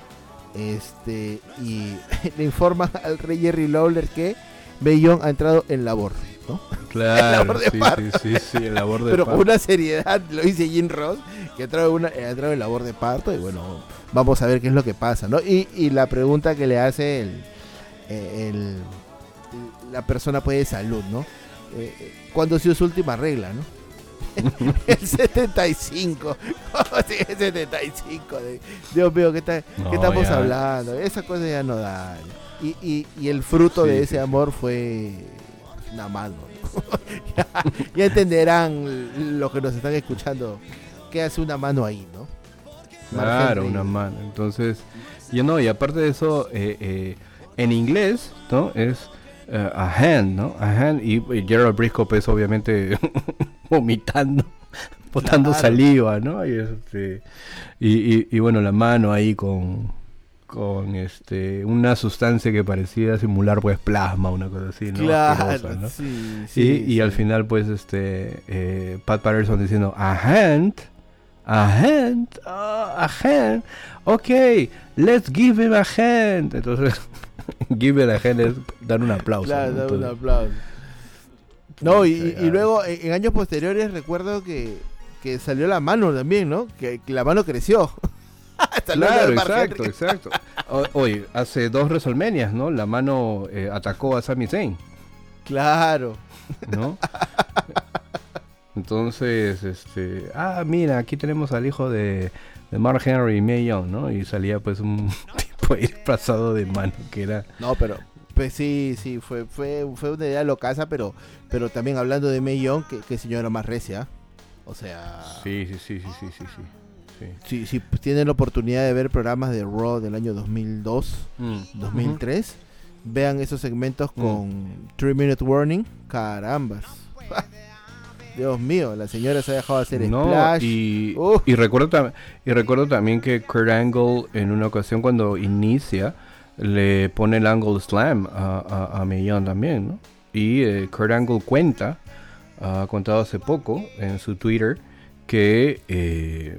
este, y le informan al rey Jerry Lawler que Mae Young ha entrado en labor, ¿no? Claro, el labor de sí, parto. sí, sí, sí, el labor de Pero parto. con una seriedad lo dice Jim Ross, que trae una eh, trae el labor de parto y bueno, vamos a ver qué es lo que pasa, ¿no? Y, y la pregunta que le hace el, eh, el la persona pues de salud, ¿no? Eh, ¿Cuándo ha sido su última regla, no? El setenta y cinco. ¿Cómo sigue el setenta y cinco? De, Dios mío, ¿qué, está, No, ¿qué estamos ya. hablando? Esa cosa ya no da. Y, y, y el fruto Sí, de sí, ese sí. amor fue una mano. ya, ya entenderán los que nos están escuchando qué hace una mano ahí, ¿no? Mark Claro, Henry. una mano. Entonces, yo no, y aparte de eso, eh, eh, en inglés, ¿no? Es eh, a hand, ¿no? A hand. Y, y Gerald Briscoe, pues, obviamente, vomitando, botando Claro. saliva, ¿no? Y, este, y, y, y bueno, la mano ahí con, con este, una sustancia que parecía simular, pues, plasma, una cosa así, ¿no? Claro, Asquerosa, ¿no? sí, Y, sí, y al sí. final, pues, este, eh, Pat Patterson diciendo, a hand, a hand, ah, a hand, ok, let's give him a hand. Entonces, give him a hand es dar un aplauso. Claro, ¿no? da un Entonces, aplauso. No, y, pucha, y ya. luego en, en años posteriores recuerdo que, que salió la mano también, ¿no? Que, que la mano creció. Salió la Claro, de Mark exacto, Henry. exacto. O- oye, hace dos WrestleManias, ¿no? La mano eh, atacó a Sami Zayn, Claro. ¿no? Entonces, este, ah, mira, aquí tenemos al hijo de, de Mark Henry y Mae Young, ¿no? Y salía pues un tipo ahí disfrazado de mano que era. No, pero pues sí, sí, fue fue fue una idea locaza, pero pero también hablando de Mae Young, que, que señora más recia. O sea, Sí, sí, sí, sí, sí, sí, sí. sí. si, si tienen la oportunidad de ver programas de Raw del año dos mil dos, Mm. dos mil tres, vean esos segmentos con three minute warning. Carambas. Dios mío, la señora se ha dejado hacer No, splash. y, Uf. y recuerdo tam- y recuerdo también que Kurt Angle en una ocasión cuando inicia le pone el Angle Slam a, a, a Mae Young también, ¿no? Y eh, Kurt Angle cuenta, ha contado hace poco en su Twitter que eh,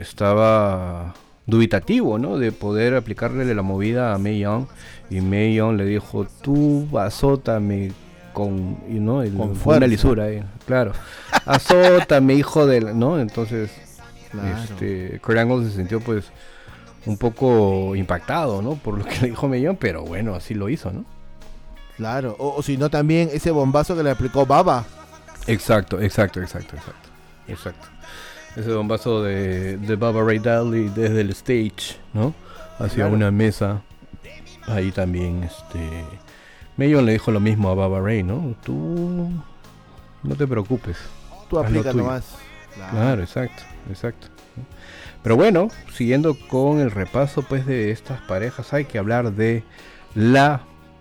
estaba dubitativo, ¿no? De poder aplicarle la movida a Mae Young, y Mae Young le dijo, tú azótame con, y no, el- Con con fuerza. una lisura ahí, claro. Azótame, hijo del, ¿no? Entonces, Claro. este, Kurt Angle se sintió pues un poco impactado, ¿no? Por lo que le dijo Mae Young, pero bueno, así lo hizo, ¿no? Claro, o, o si no también ese bombazo que le aplicó Baba. Exacto, exacto, exacto, exacto, exacto. Ese bombazo de, de Baba Ray Dudley desde el stage, ¿no? Hacia Claro. una mesa. Ahí también, este... Mae Young le dijo lo mismo a Baba Ray, ¿no? Tú no te preocupes. Tú Haz lo aplica tuyo. nomás. Claro, exacto, exacto. ¿no? Pero bueno, siguiendo con el repaso pues de estas parejas, hay que hablar de la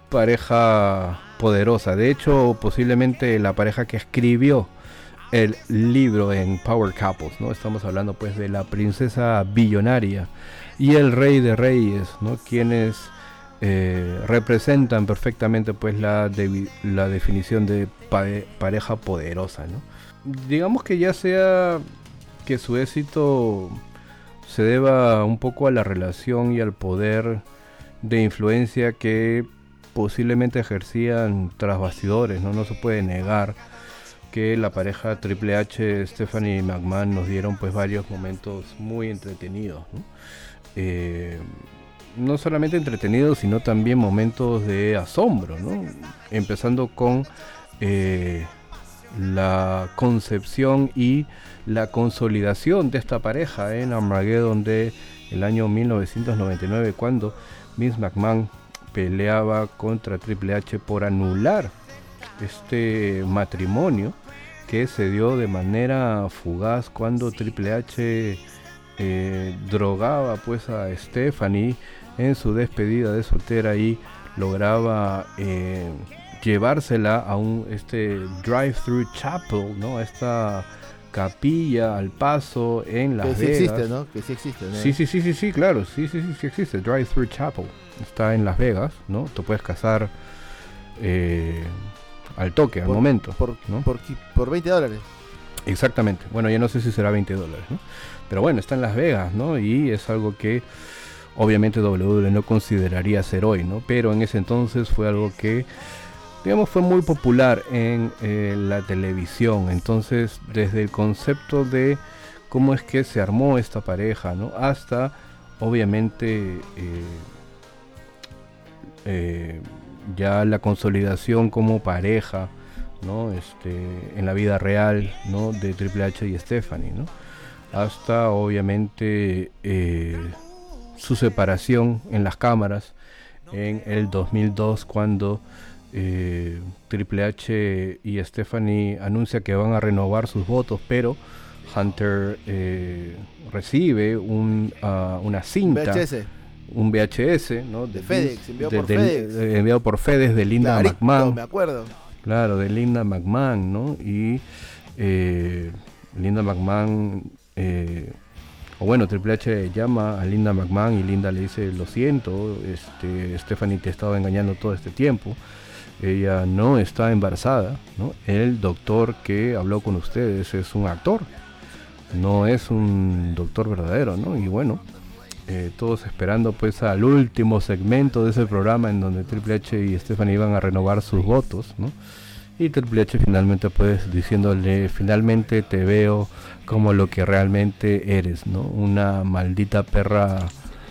pareja poderosa. De hecho, posiblemente la pareja que escribió el libro en Power Couples, ¿no? Estamos hablando pues de la princesa billonaria y el rey de reyes, ¿no? Quienes eh, representan perfectamente pues la, devi- la definición de pa- pareja poderosa, ¿no? Digamos que ya sea que su éxito se deba un poco a la relación y al poder de influencia que posiblemente ejercían tras bastidores, ¿no? No se puede negar que la pareja Triple H, Stephanie McMahon nos dieron pues varios momentos muy entretenidos, ¿no? Eh, no solamente entretenidos, sino también momentos de asombro, ¿no? Empezando con eh, la concepción y la consolidación de esta pareja en Armageddon de el año mil novecientos noventa y nueve, cuando Vince McMahon peleaba contra Triple H por anular este matrimonio que se dio de manera fugaz cuando Triple H eh, drogaba pues a Stephanie en su despedida de soltera y lograba eh, llevársela a un este drive-thru chapel, ¿no? A esta capilla al paso en Las Que sí Vegas. existe, ¿no? Que sí existe, ¿no? Sí, sí, sí, sí, sí, claro, sí, sí, sí, sí existe. Drive-Thru Chapel está en Las Vegas, ¿no? Te puedes casar eh, al toque, al Por- momento, Por, ¿no? por, qui- por veinte dólares. Exactamente. Bueno, ya no sé si será veinte dólares, ¿no? Pero bueno, está en Las Vegas, ¿no? Y es algo que obviamente W W E no consideraría hacer hoy, ¿no? Pero en ese entonces fue algo que digamos, fue muy popular en eh, la televisión. Entonces, desde el concepto de cómo es que se armó esta pareja, ¿no? Hasta, obviamente, eh, eh, ya la consolidación como pareja, ¿no? Este, en la vida real, ¿no? De Triple H y Stephanie, ¿no? Hasta, obviamente, eh, su separación en las cámaras en el dos mil dos, cuando eh, Triple H y Stephanie anuncia que van a renovar sus votos, pero Hunter eh, recibe un, uh, una cinta, V H S, un V H S, ¿no? de, de FedEx, enviado de, por de, FedEx, de, enviado por FedEx de Linda Clarito, McMahon, me acuerdo, claro, de Linda McMahon, ¿no? Y eh, Linda McMahon, eh, o bueno, Triple H llama a Linda McMahon y Linda le dice: lo siento, este, Stephanie te estaba engañando todo este tiempo, ella no está embarazada, ¿no? El doctor que habló con ustedes es un actor, no es un doctor verdadero, ¿no? Y bueno, eh, todos esperando pues al último segmento de ese programa en donde Triple H y Stephanie iban a renovar sus votos, ¿no? Y Triple H finalmente pues diciéndole: finalmente te veo como lo que realmente eres, ¿no? Una maldita perra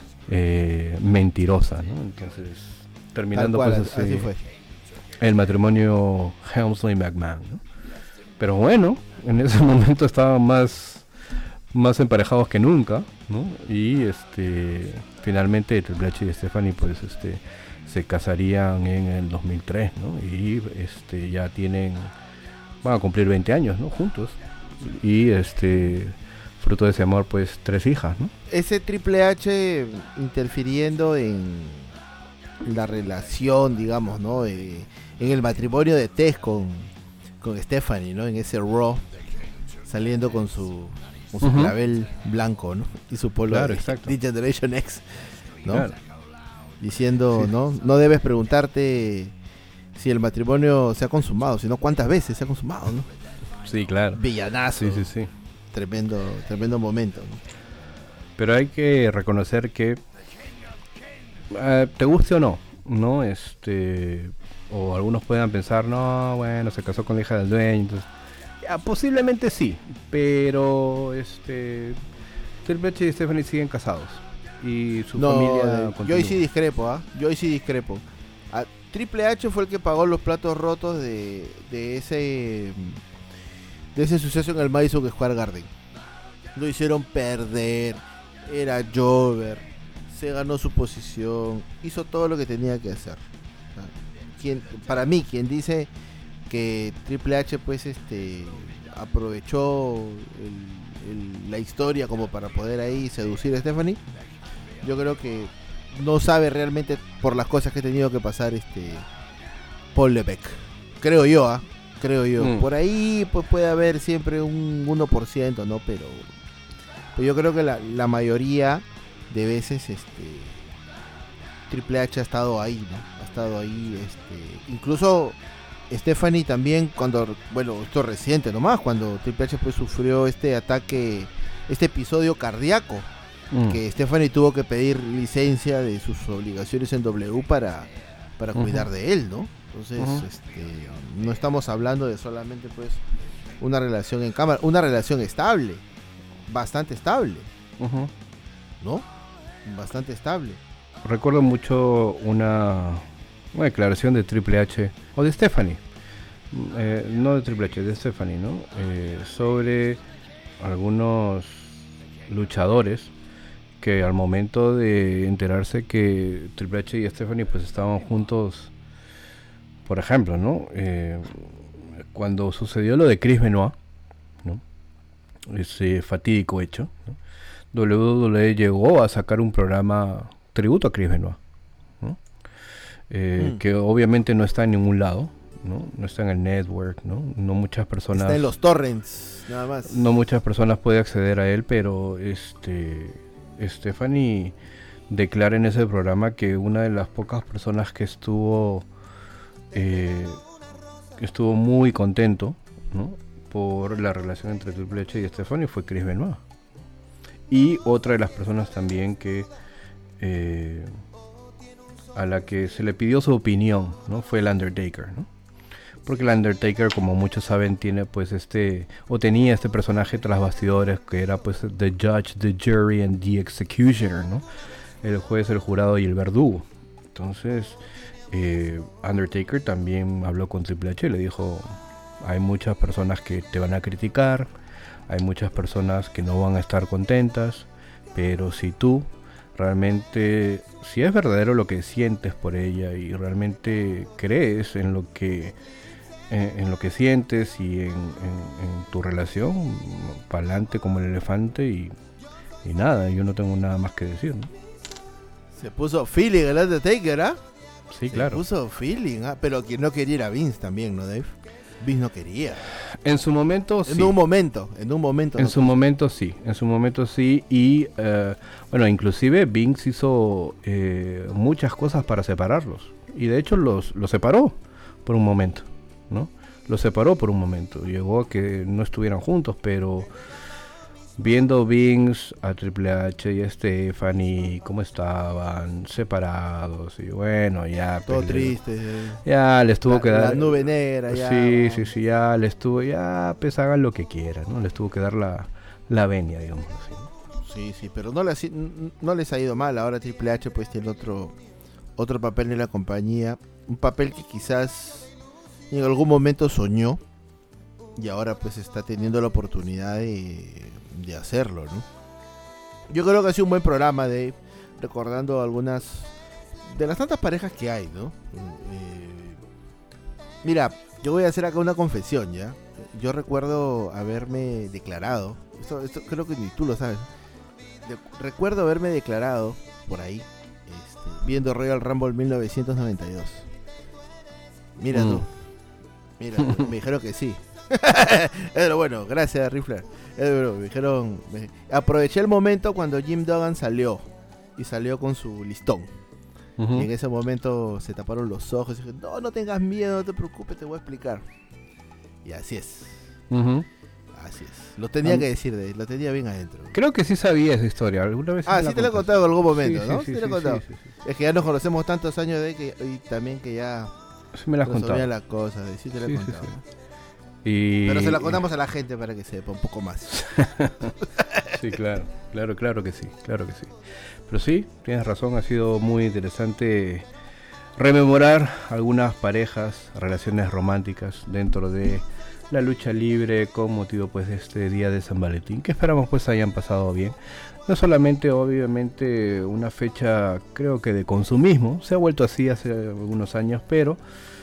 eh, mentirosa, ¿no? Entonces, terminando cual, pues así, así fue el matrimonio Helmsley-McMahon, ¿no? Pero bueno, en ese momento estaban más, más emparejados que nunca, ¿no? Y este finalmente Triple H y Stephanie pues este se casarían en el dos mil tres, ¿no? Y este ya tienen, van a cumplir veinte años, ¿no? Juntos. Y este fruto de ese amor pues tres hijas, ¿no? Ese Triple H interfiriendo en la relación, digamos, ¿no? Eh, en el matrimonio de Tess con, con Stephanie, ¿no? En ese Raw, saliendo con su con su uh-huh. clavel blanco, ¿no? Y su polo, claro, de exacto. The Generation X, ¿no? Claro. Diciendo, sí. ¿no? No debes preguntarte si el matrimonio se ha consumado, sino cuántas veces se ha consumado, ¿no? Sí, claro. Villanazo. Sí, sí, sí. Tremendo, tremendo momento, ¿no? Pero hay que reconocer que uh, te guste o no, ¿no? Este, o algunos puedan pensar, no, bueno, se casó con la hija del dueño, entonces, ya, posiblemente sí, pero este, Triple H y Stephanie siguen casados y su no, familia eh, yo ahí sí discrepo, ¿ah? ¿eh? Yo ahí sí discrepo. A Triple H fue el que pagó los platos rotos de, de ese de ese suceso en el Madison Square Garden. Lo hicieron perder, era Jover, se ganó su posición, hizo todo lo que tenía que hacer. Quien, para mí, quien dice que Triple H pues este aprovechó el, el, la historia como para poder ahí seducir a Stephanie, yo creo que no sabe realmente por las cosas que ha tenido que pasar este Paul Levesque. Creo yo, ¿ah? ¿eh? Creo yo. Mm. Por ahí pues puede haber siempre un uno por ciento, ¿no? Pero, pero yo creo que la, la mayoría de veces este Triple H ha estado ahí, ¿no? Ha estado ahí, este, incluso Stephanie también cuando, bueno, esto es reciente nomás, cuando Triple H pues sufrió este ataque, este episodio cardíaco, mm. que Stephanie tuvo que pedir licencia de sus obligaciones en W para, para uh-huh. cuidar de él, ¿no? Entonces, uh-huh. este, no estamos hablando de solamente pues una relación en cámara, una relación estable, bastante estable, uh-huh. ¿no? Bastante estable. Recuerdo mucho una, una declaración de Triple H, o de Stephanie, eh, no de Triple H, de Stephanie, ¿no? Eh, sobre algunos luchadores que al momento de enterarse que Triple H y Stephanie pues estaban juntos, por ejemplo, ¿no? Eh, cuando sucedió lo de Chris Benoit, ¿no? Ese fatídico hecho, ¿no? W W E llegó a sacar un programa tributo a Chris Benoit, ¿no? Eh, mm. que obviamente no está en ningún lado, ¿no? No está en el network, ¿no? No muchas personas... Está en los torrents, nada más. No muchas personas pueden acceder a él, pero este Stephanie declara en ese programa que una de las pocas personas que estuvo eh, estuvo muy contento, ¿no? Por la relación entre Triple H y Stephanie fue Chris Benoit. Y otra de las personas también que eh, a la que se le pidió su opinión, ¿no? Fue el Undertaker, ¿no? porque el Undertaker, como muchos saben, tiene pues este, o tenía este personaje tras bastidores que era pues the judge, the jury and the executioner, ¿no? El juez, el jurado y el verdugo. Entonces, eh, Undertaker también habló con Triple H y le dijo, hay muchas personas que te van a criticar, hay muchas personas que no van a estar contentas, pero si tú realmente, si es verdadero lo que sientes por ella y realmente crees en lo que en, en lo que sientes y en, en, en tu relación, para adelante como el elefante y, y nada, yo no tengo nada más que decir, ¿no? Se puso feeling el Undertaker, ¿ah? Sí, Se claro. puso feeling, ¿ah? Pero quien no quería era Vince también, ¿no, Dave? Vince no quería. En su momento sí. En un momento, en un momento. En no su quería. momento sí, en su momento sí. Y eh, bueno, inclusive Vince hizo eh, muchas cosas para separarlos. Y de hecho los, los separó por un momento, ¿no? Los separó por un momento. Llegó a que no estuvieran juntos, pero viendo Vince, a Triple H y a Stephanie, cómo estaban separados. Y bueno, ya... Todo pues, triste. ya les tuvo la, que dar... La nube negra, ya. Sí, ¿no? sí, sí, ya les tuvo... Ya, pues hagan lo que quieran, ¿no? Les tuvo que dar la, la venia, digamos así, ¿no? Sí, sí, pero no les, no les ha ido mal. Ahora Triple H pues tiene otro, otro papel en la compañía. Un papel que quizás en algún momento soñó. Y ahora pues está teniendo la oportunidad de, de hacerlo, ¿no? Yo creo que ha sido un buen programa, Dave, recordando algunas de las tantas parejas que hay, ¿no? Eh, mira, yo voy a hacer acá una confesión, ¿ya? Yo recuerdo haberme declarado, esto, esto creo que ni tú lo sabes, de, recuerdo haberme declarado por ahí, este, viendo Royal Rumble mil novecientos noventa y dos. Mira mm. tú, mira, me dijeron que sí. Pero bueno, gracias Rifler. Me dijeron, me, aproveché el momento cuando Jim Duggan salió y salió con su listón. Uh-huh. Y en ese momento se taparon los ojos y dije, no, no tengas miedo, no te preocupes, te voy a explicar. Y así es. Uh-huh. Así es. Lo tenía um, que decir, de, lo tenía bien adentro. Creo que sí sabía esa historia. ¿Alguna vez? Ah, sí te la he contado en algún momento, sí, ¿no? Sí, sí, sí, te lo he sí, contado. sí, sí, sí. Es que ya nos conocemos tantos años de que y también que ya sí me la has contado. las cosas, de, sí te la sí, he contado. Sí, sí. Y... Pero se la contamos a la gente para que sepa un poco más. Sí, claro, claro, claro que sí, claro que sí. Pero sí, tienes razón, ha sido muy interesante rememorar algunas parejas, relaciones románticas dentro de la lucha libre con motivo pues de este día de San Valentín, que esperamos pues hayan pasado bien. No solamente obviamente una fecha creo que de consumismo, se ha vuelto así hace algunos años, pero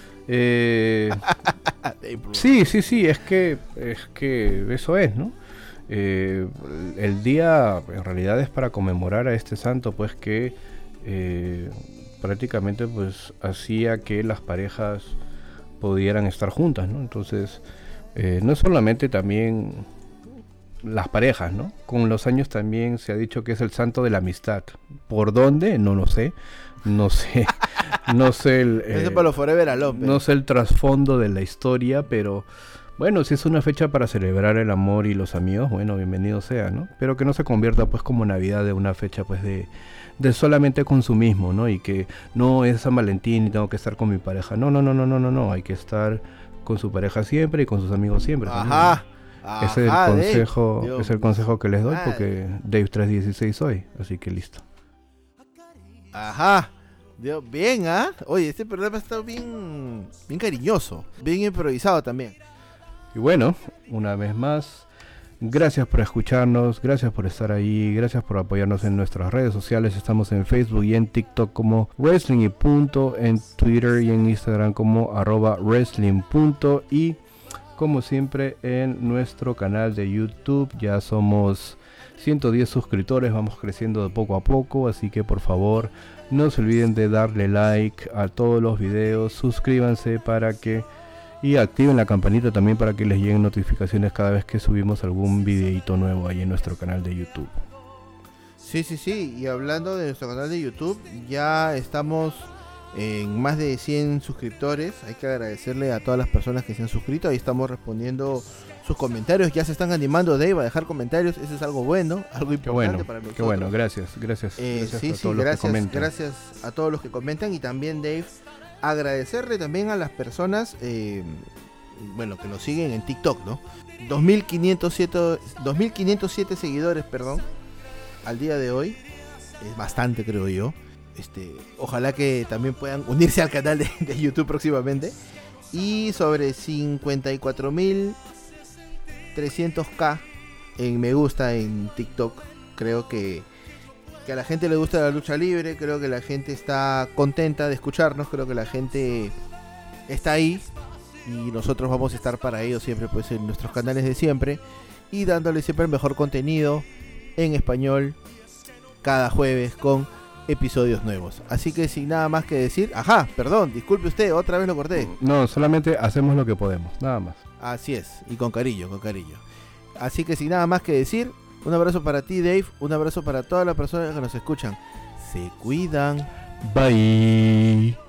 eh, sí, sí, sí, es que es que eso es, ¿no? Eh, el día en realidad es para conmemorar a este santo, pues que eh, prácticamente pues hacía que las parejas pudieran estar juntas, ¿no? Entonces eh, no solamente también las parejas, ¿no? Con los años también se ha dicho que es el santo de la amistad. ¿Por dónde? No lo sé. No sé. No sé el eh, para los Forever Alone, no sé el trasfondo de la historia, pero bueno, si es una fecha para celebrar el amor y los amigos, bueno, bienvenido sea, ¿no? Pero que no se convierta pues como Navidad de una fecha pues de, de solamente consumismo, ¿no? Y que no es San Valentín y tengo que estar con mi pareja. No, no, no, no, no, no, no. Hay que estar con su pareja siempre y con sus amigos siempre. Ajá. Ajá, es el consejo, Dave. es el consejo que les doy, Madre. porque Dave tres dieciséis soy, así que listo. Ajá. Dios, bien, ¿ah? ¿eh? Oye, este programa está bien, bien cariñoso, bien improvisado también. Y bueno, una vez más, gracias por escucharnos, gracias por estar ahí, gracias por apoyarnos en nuestras redes sociales. Estamos en Facebook y en TikTok como Wrestling y Punto, en Twitter y en Instagram como arroba Wrestling Punto, y como siempre en nuestro canal de YouTube. Ya somos ciento diez suscriptores, vamos creciendo de poco a poco, así que por favor no se olviden de darle like a todos los videos, suscríbanse para que y activen la campanita también para que les lleguen notificaciones cada vez que subimos algún videito nuevo ahí en nuestro canal de YouTube. Sí, sí, sí, y hablando de nuestro canal de YouTube, ya estamos en más de cien suscriptores. Hay que agradecerle a todas las personas que se han suscrito. Ahí estamos respondiendo sus comentarios. Ya se están animando, Dave, a dejar comentarios. Eso es algo bueno, algo importante qué bueno, para nosotros. Qué bueno, gracias, gracias. Eh, gracias sí, a sí, todos gracias, los que comentan. gracias a todos los que comentan. Y también, Dave, agradecerle también a las personas, eh, bueno, que nos siguen en TikTok, ¿no? dos mil quinientos siete seguidores, perdón, al día de hoy. Es bastante, creo yo. Este, ojalá que también puedan unirse al canal de, de YouTube próximamente. Y sobre cincuenta y cuatro mil trescientos k en me gusta en TikTok. Creo que, que a la gente le gusta la lucha libre. Creo que la gente está contenta de escucharnos. Creo que la gente está ahí. Y nosotros vamos a estar para ellos siempre, pues, en nuestros canales de siempre. Y dándole siempre el mejor contenido en español cada jueves con episodios nuevos. Así que sin nada más que decir, ajá, perdón, disculpe usted, otra vez lo corté. No, solamente hacemos lo que podemos, nada más. Así es, y con cariño, con cariño. Así que sin nada más que decir, un abrazo para ti, Dave, un abrazo para todas las personas que nos escuchan. Se cuidan. Bye.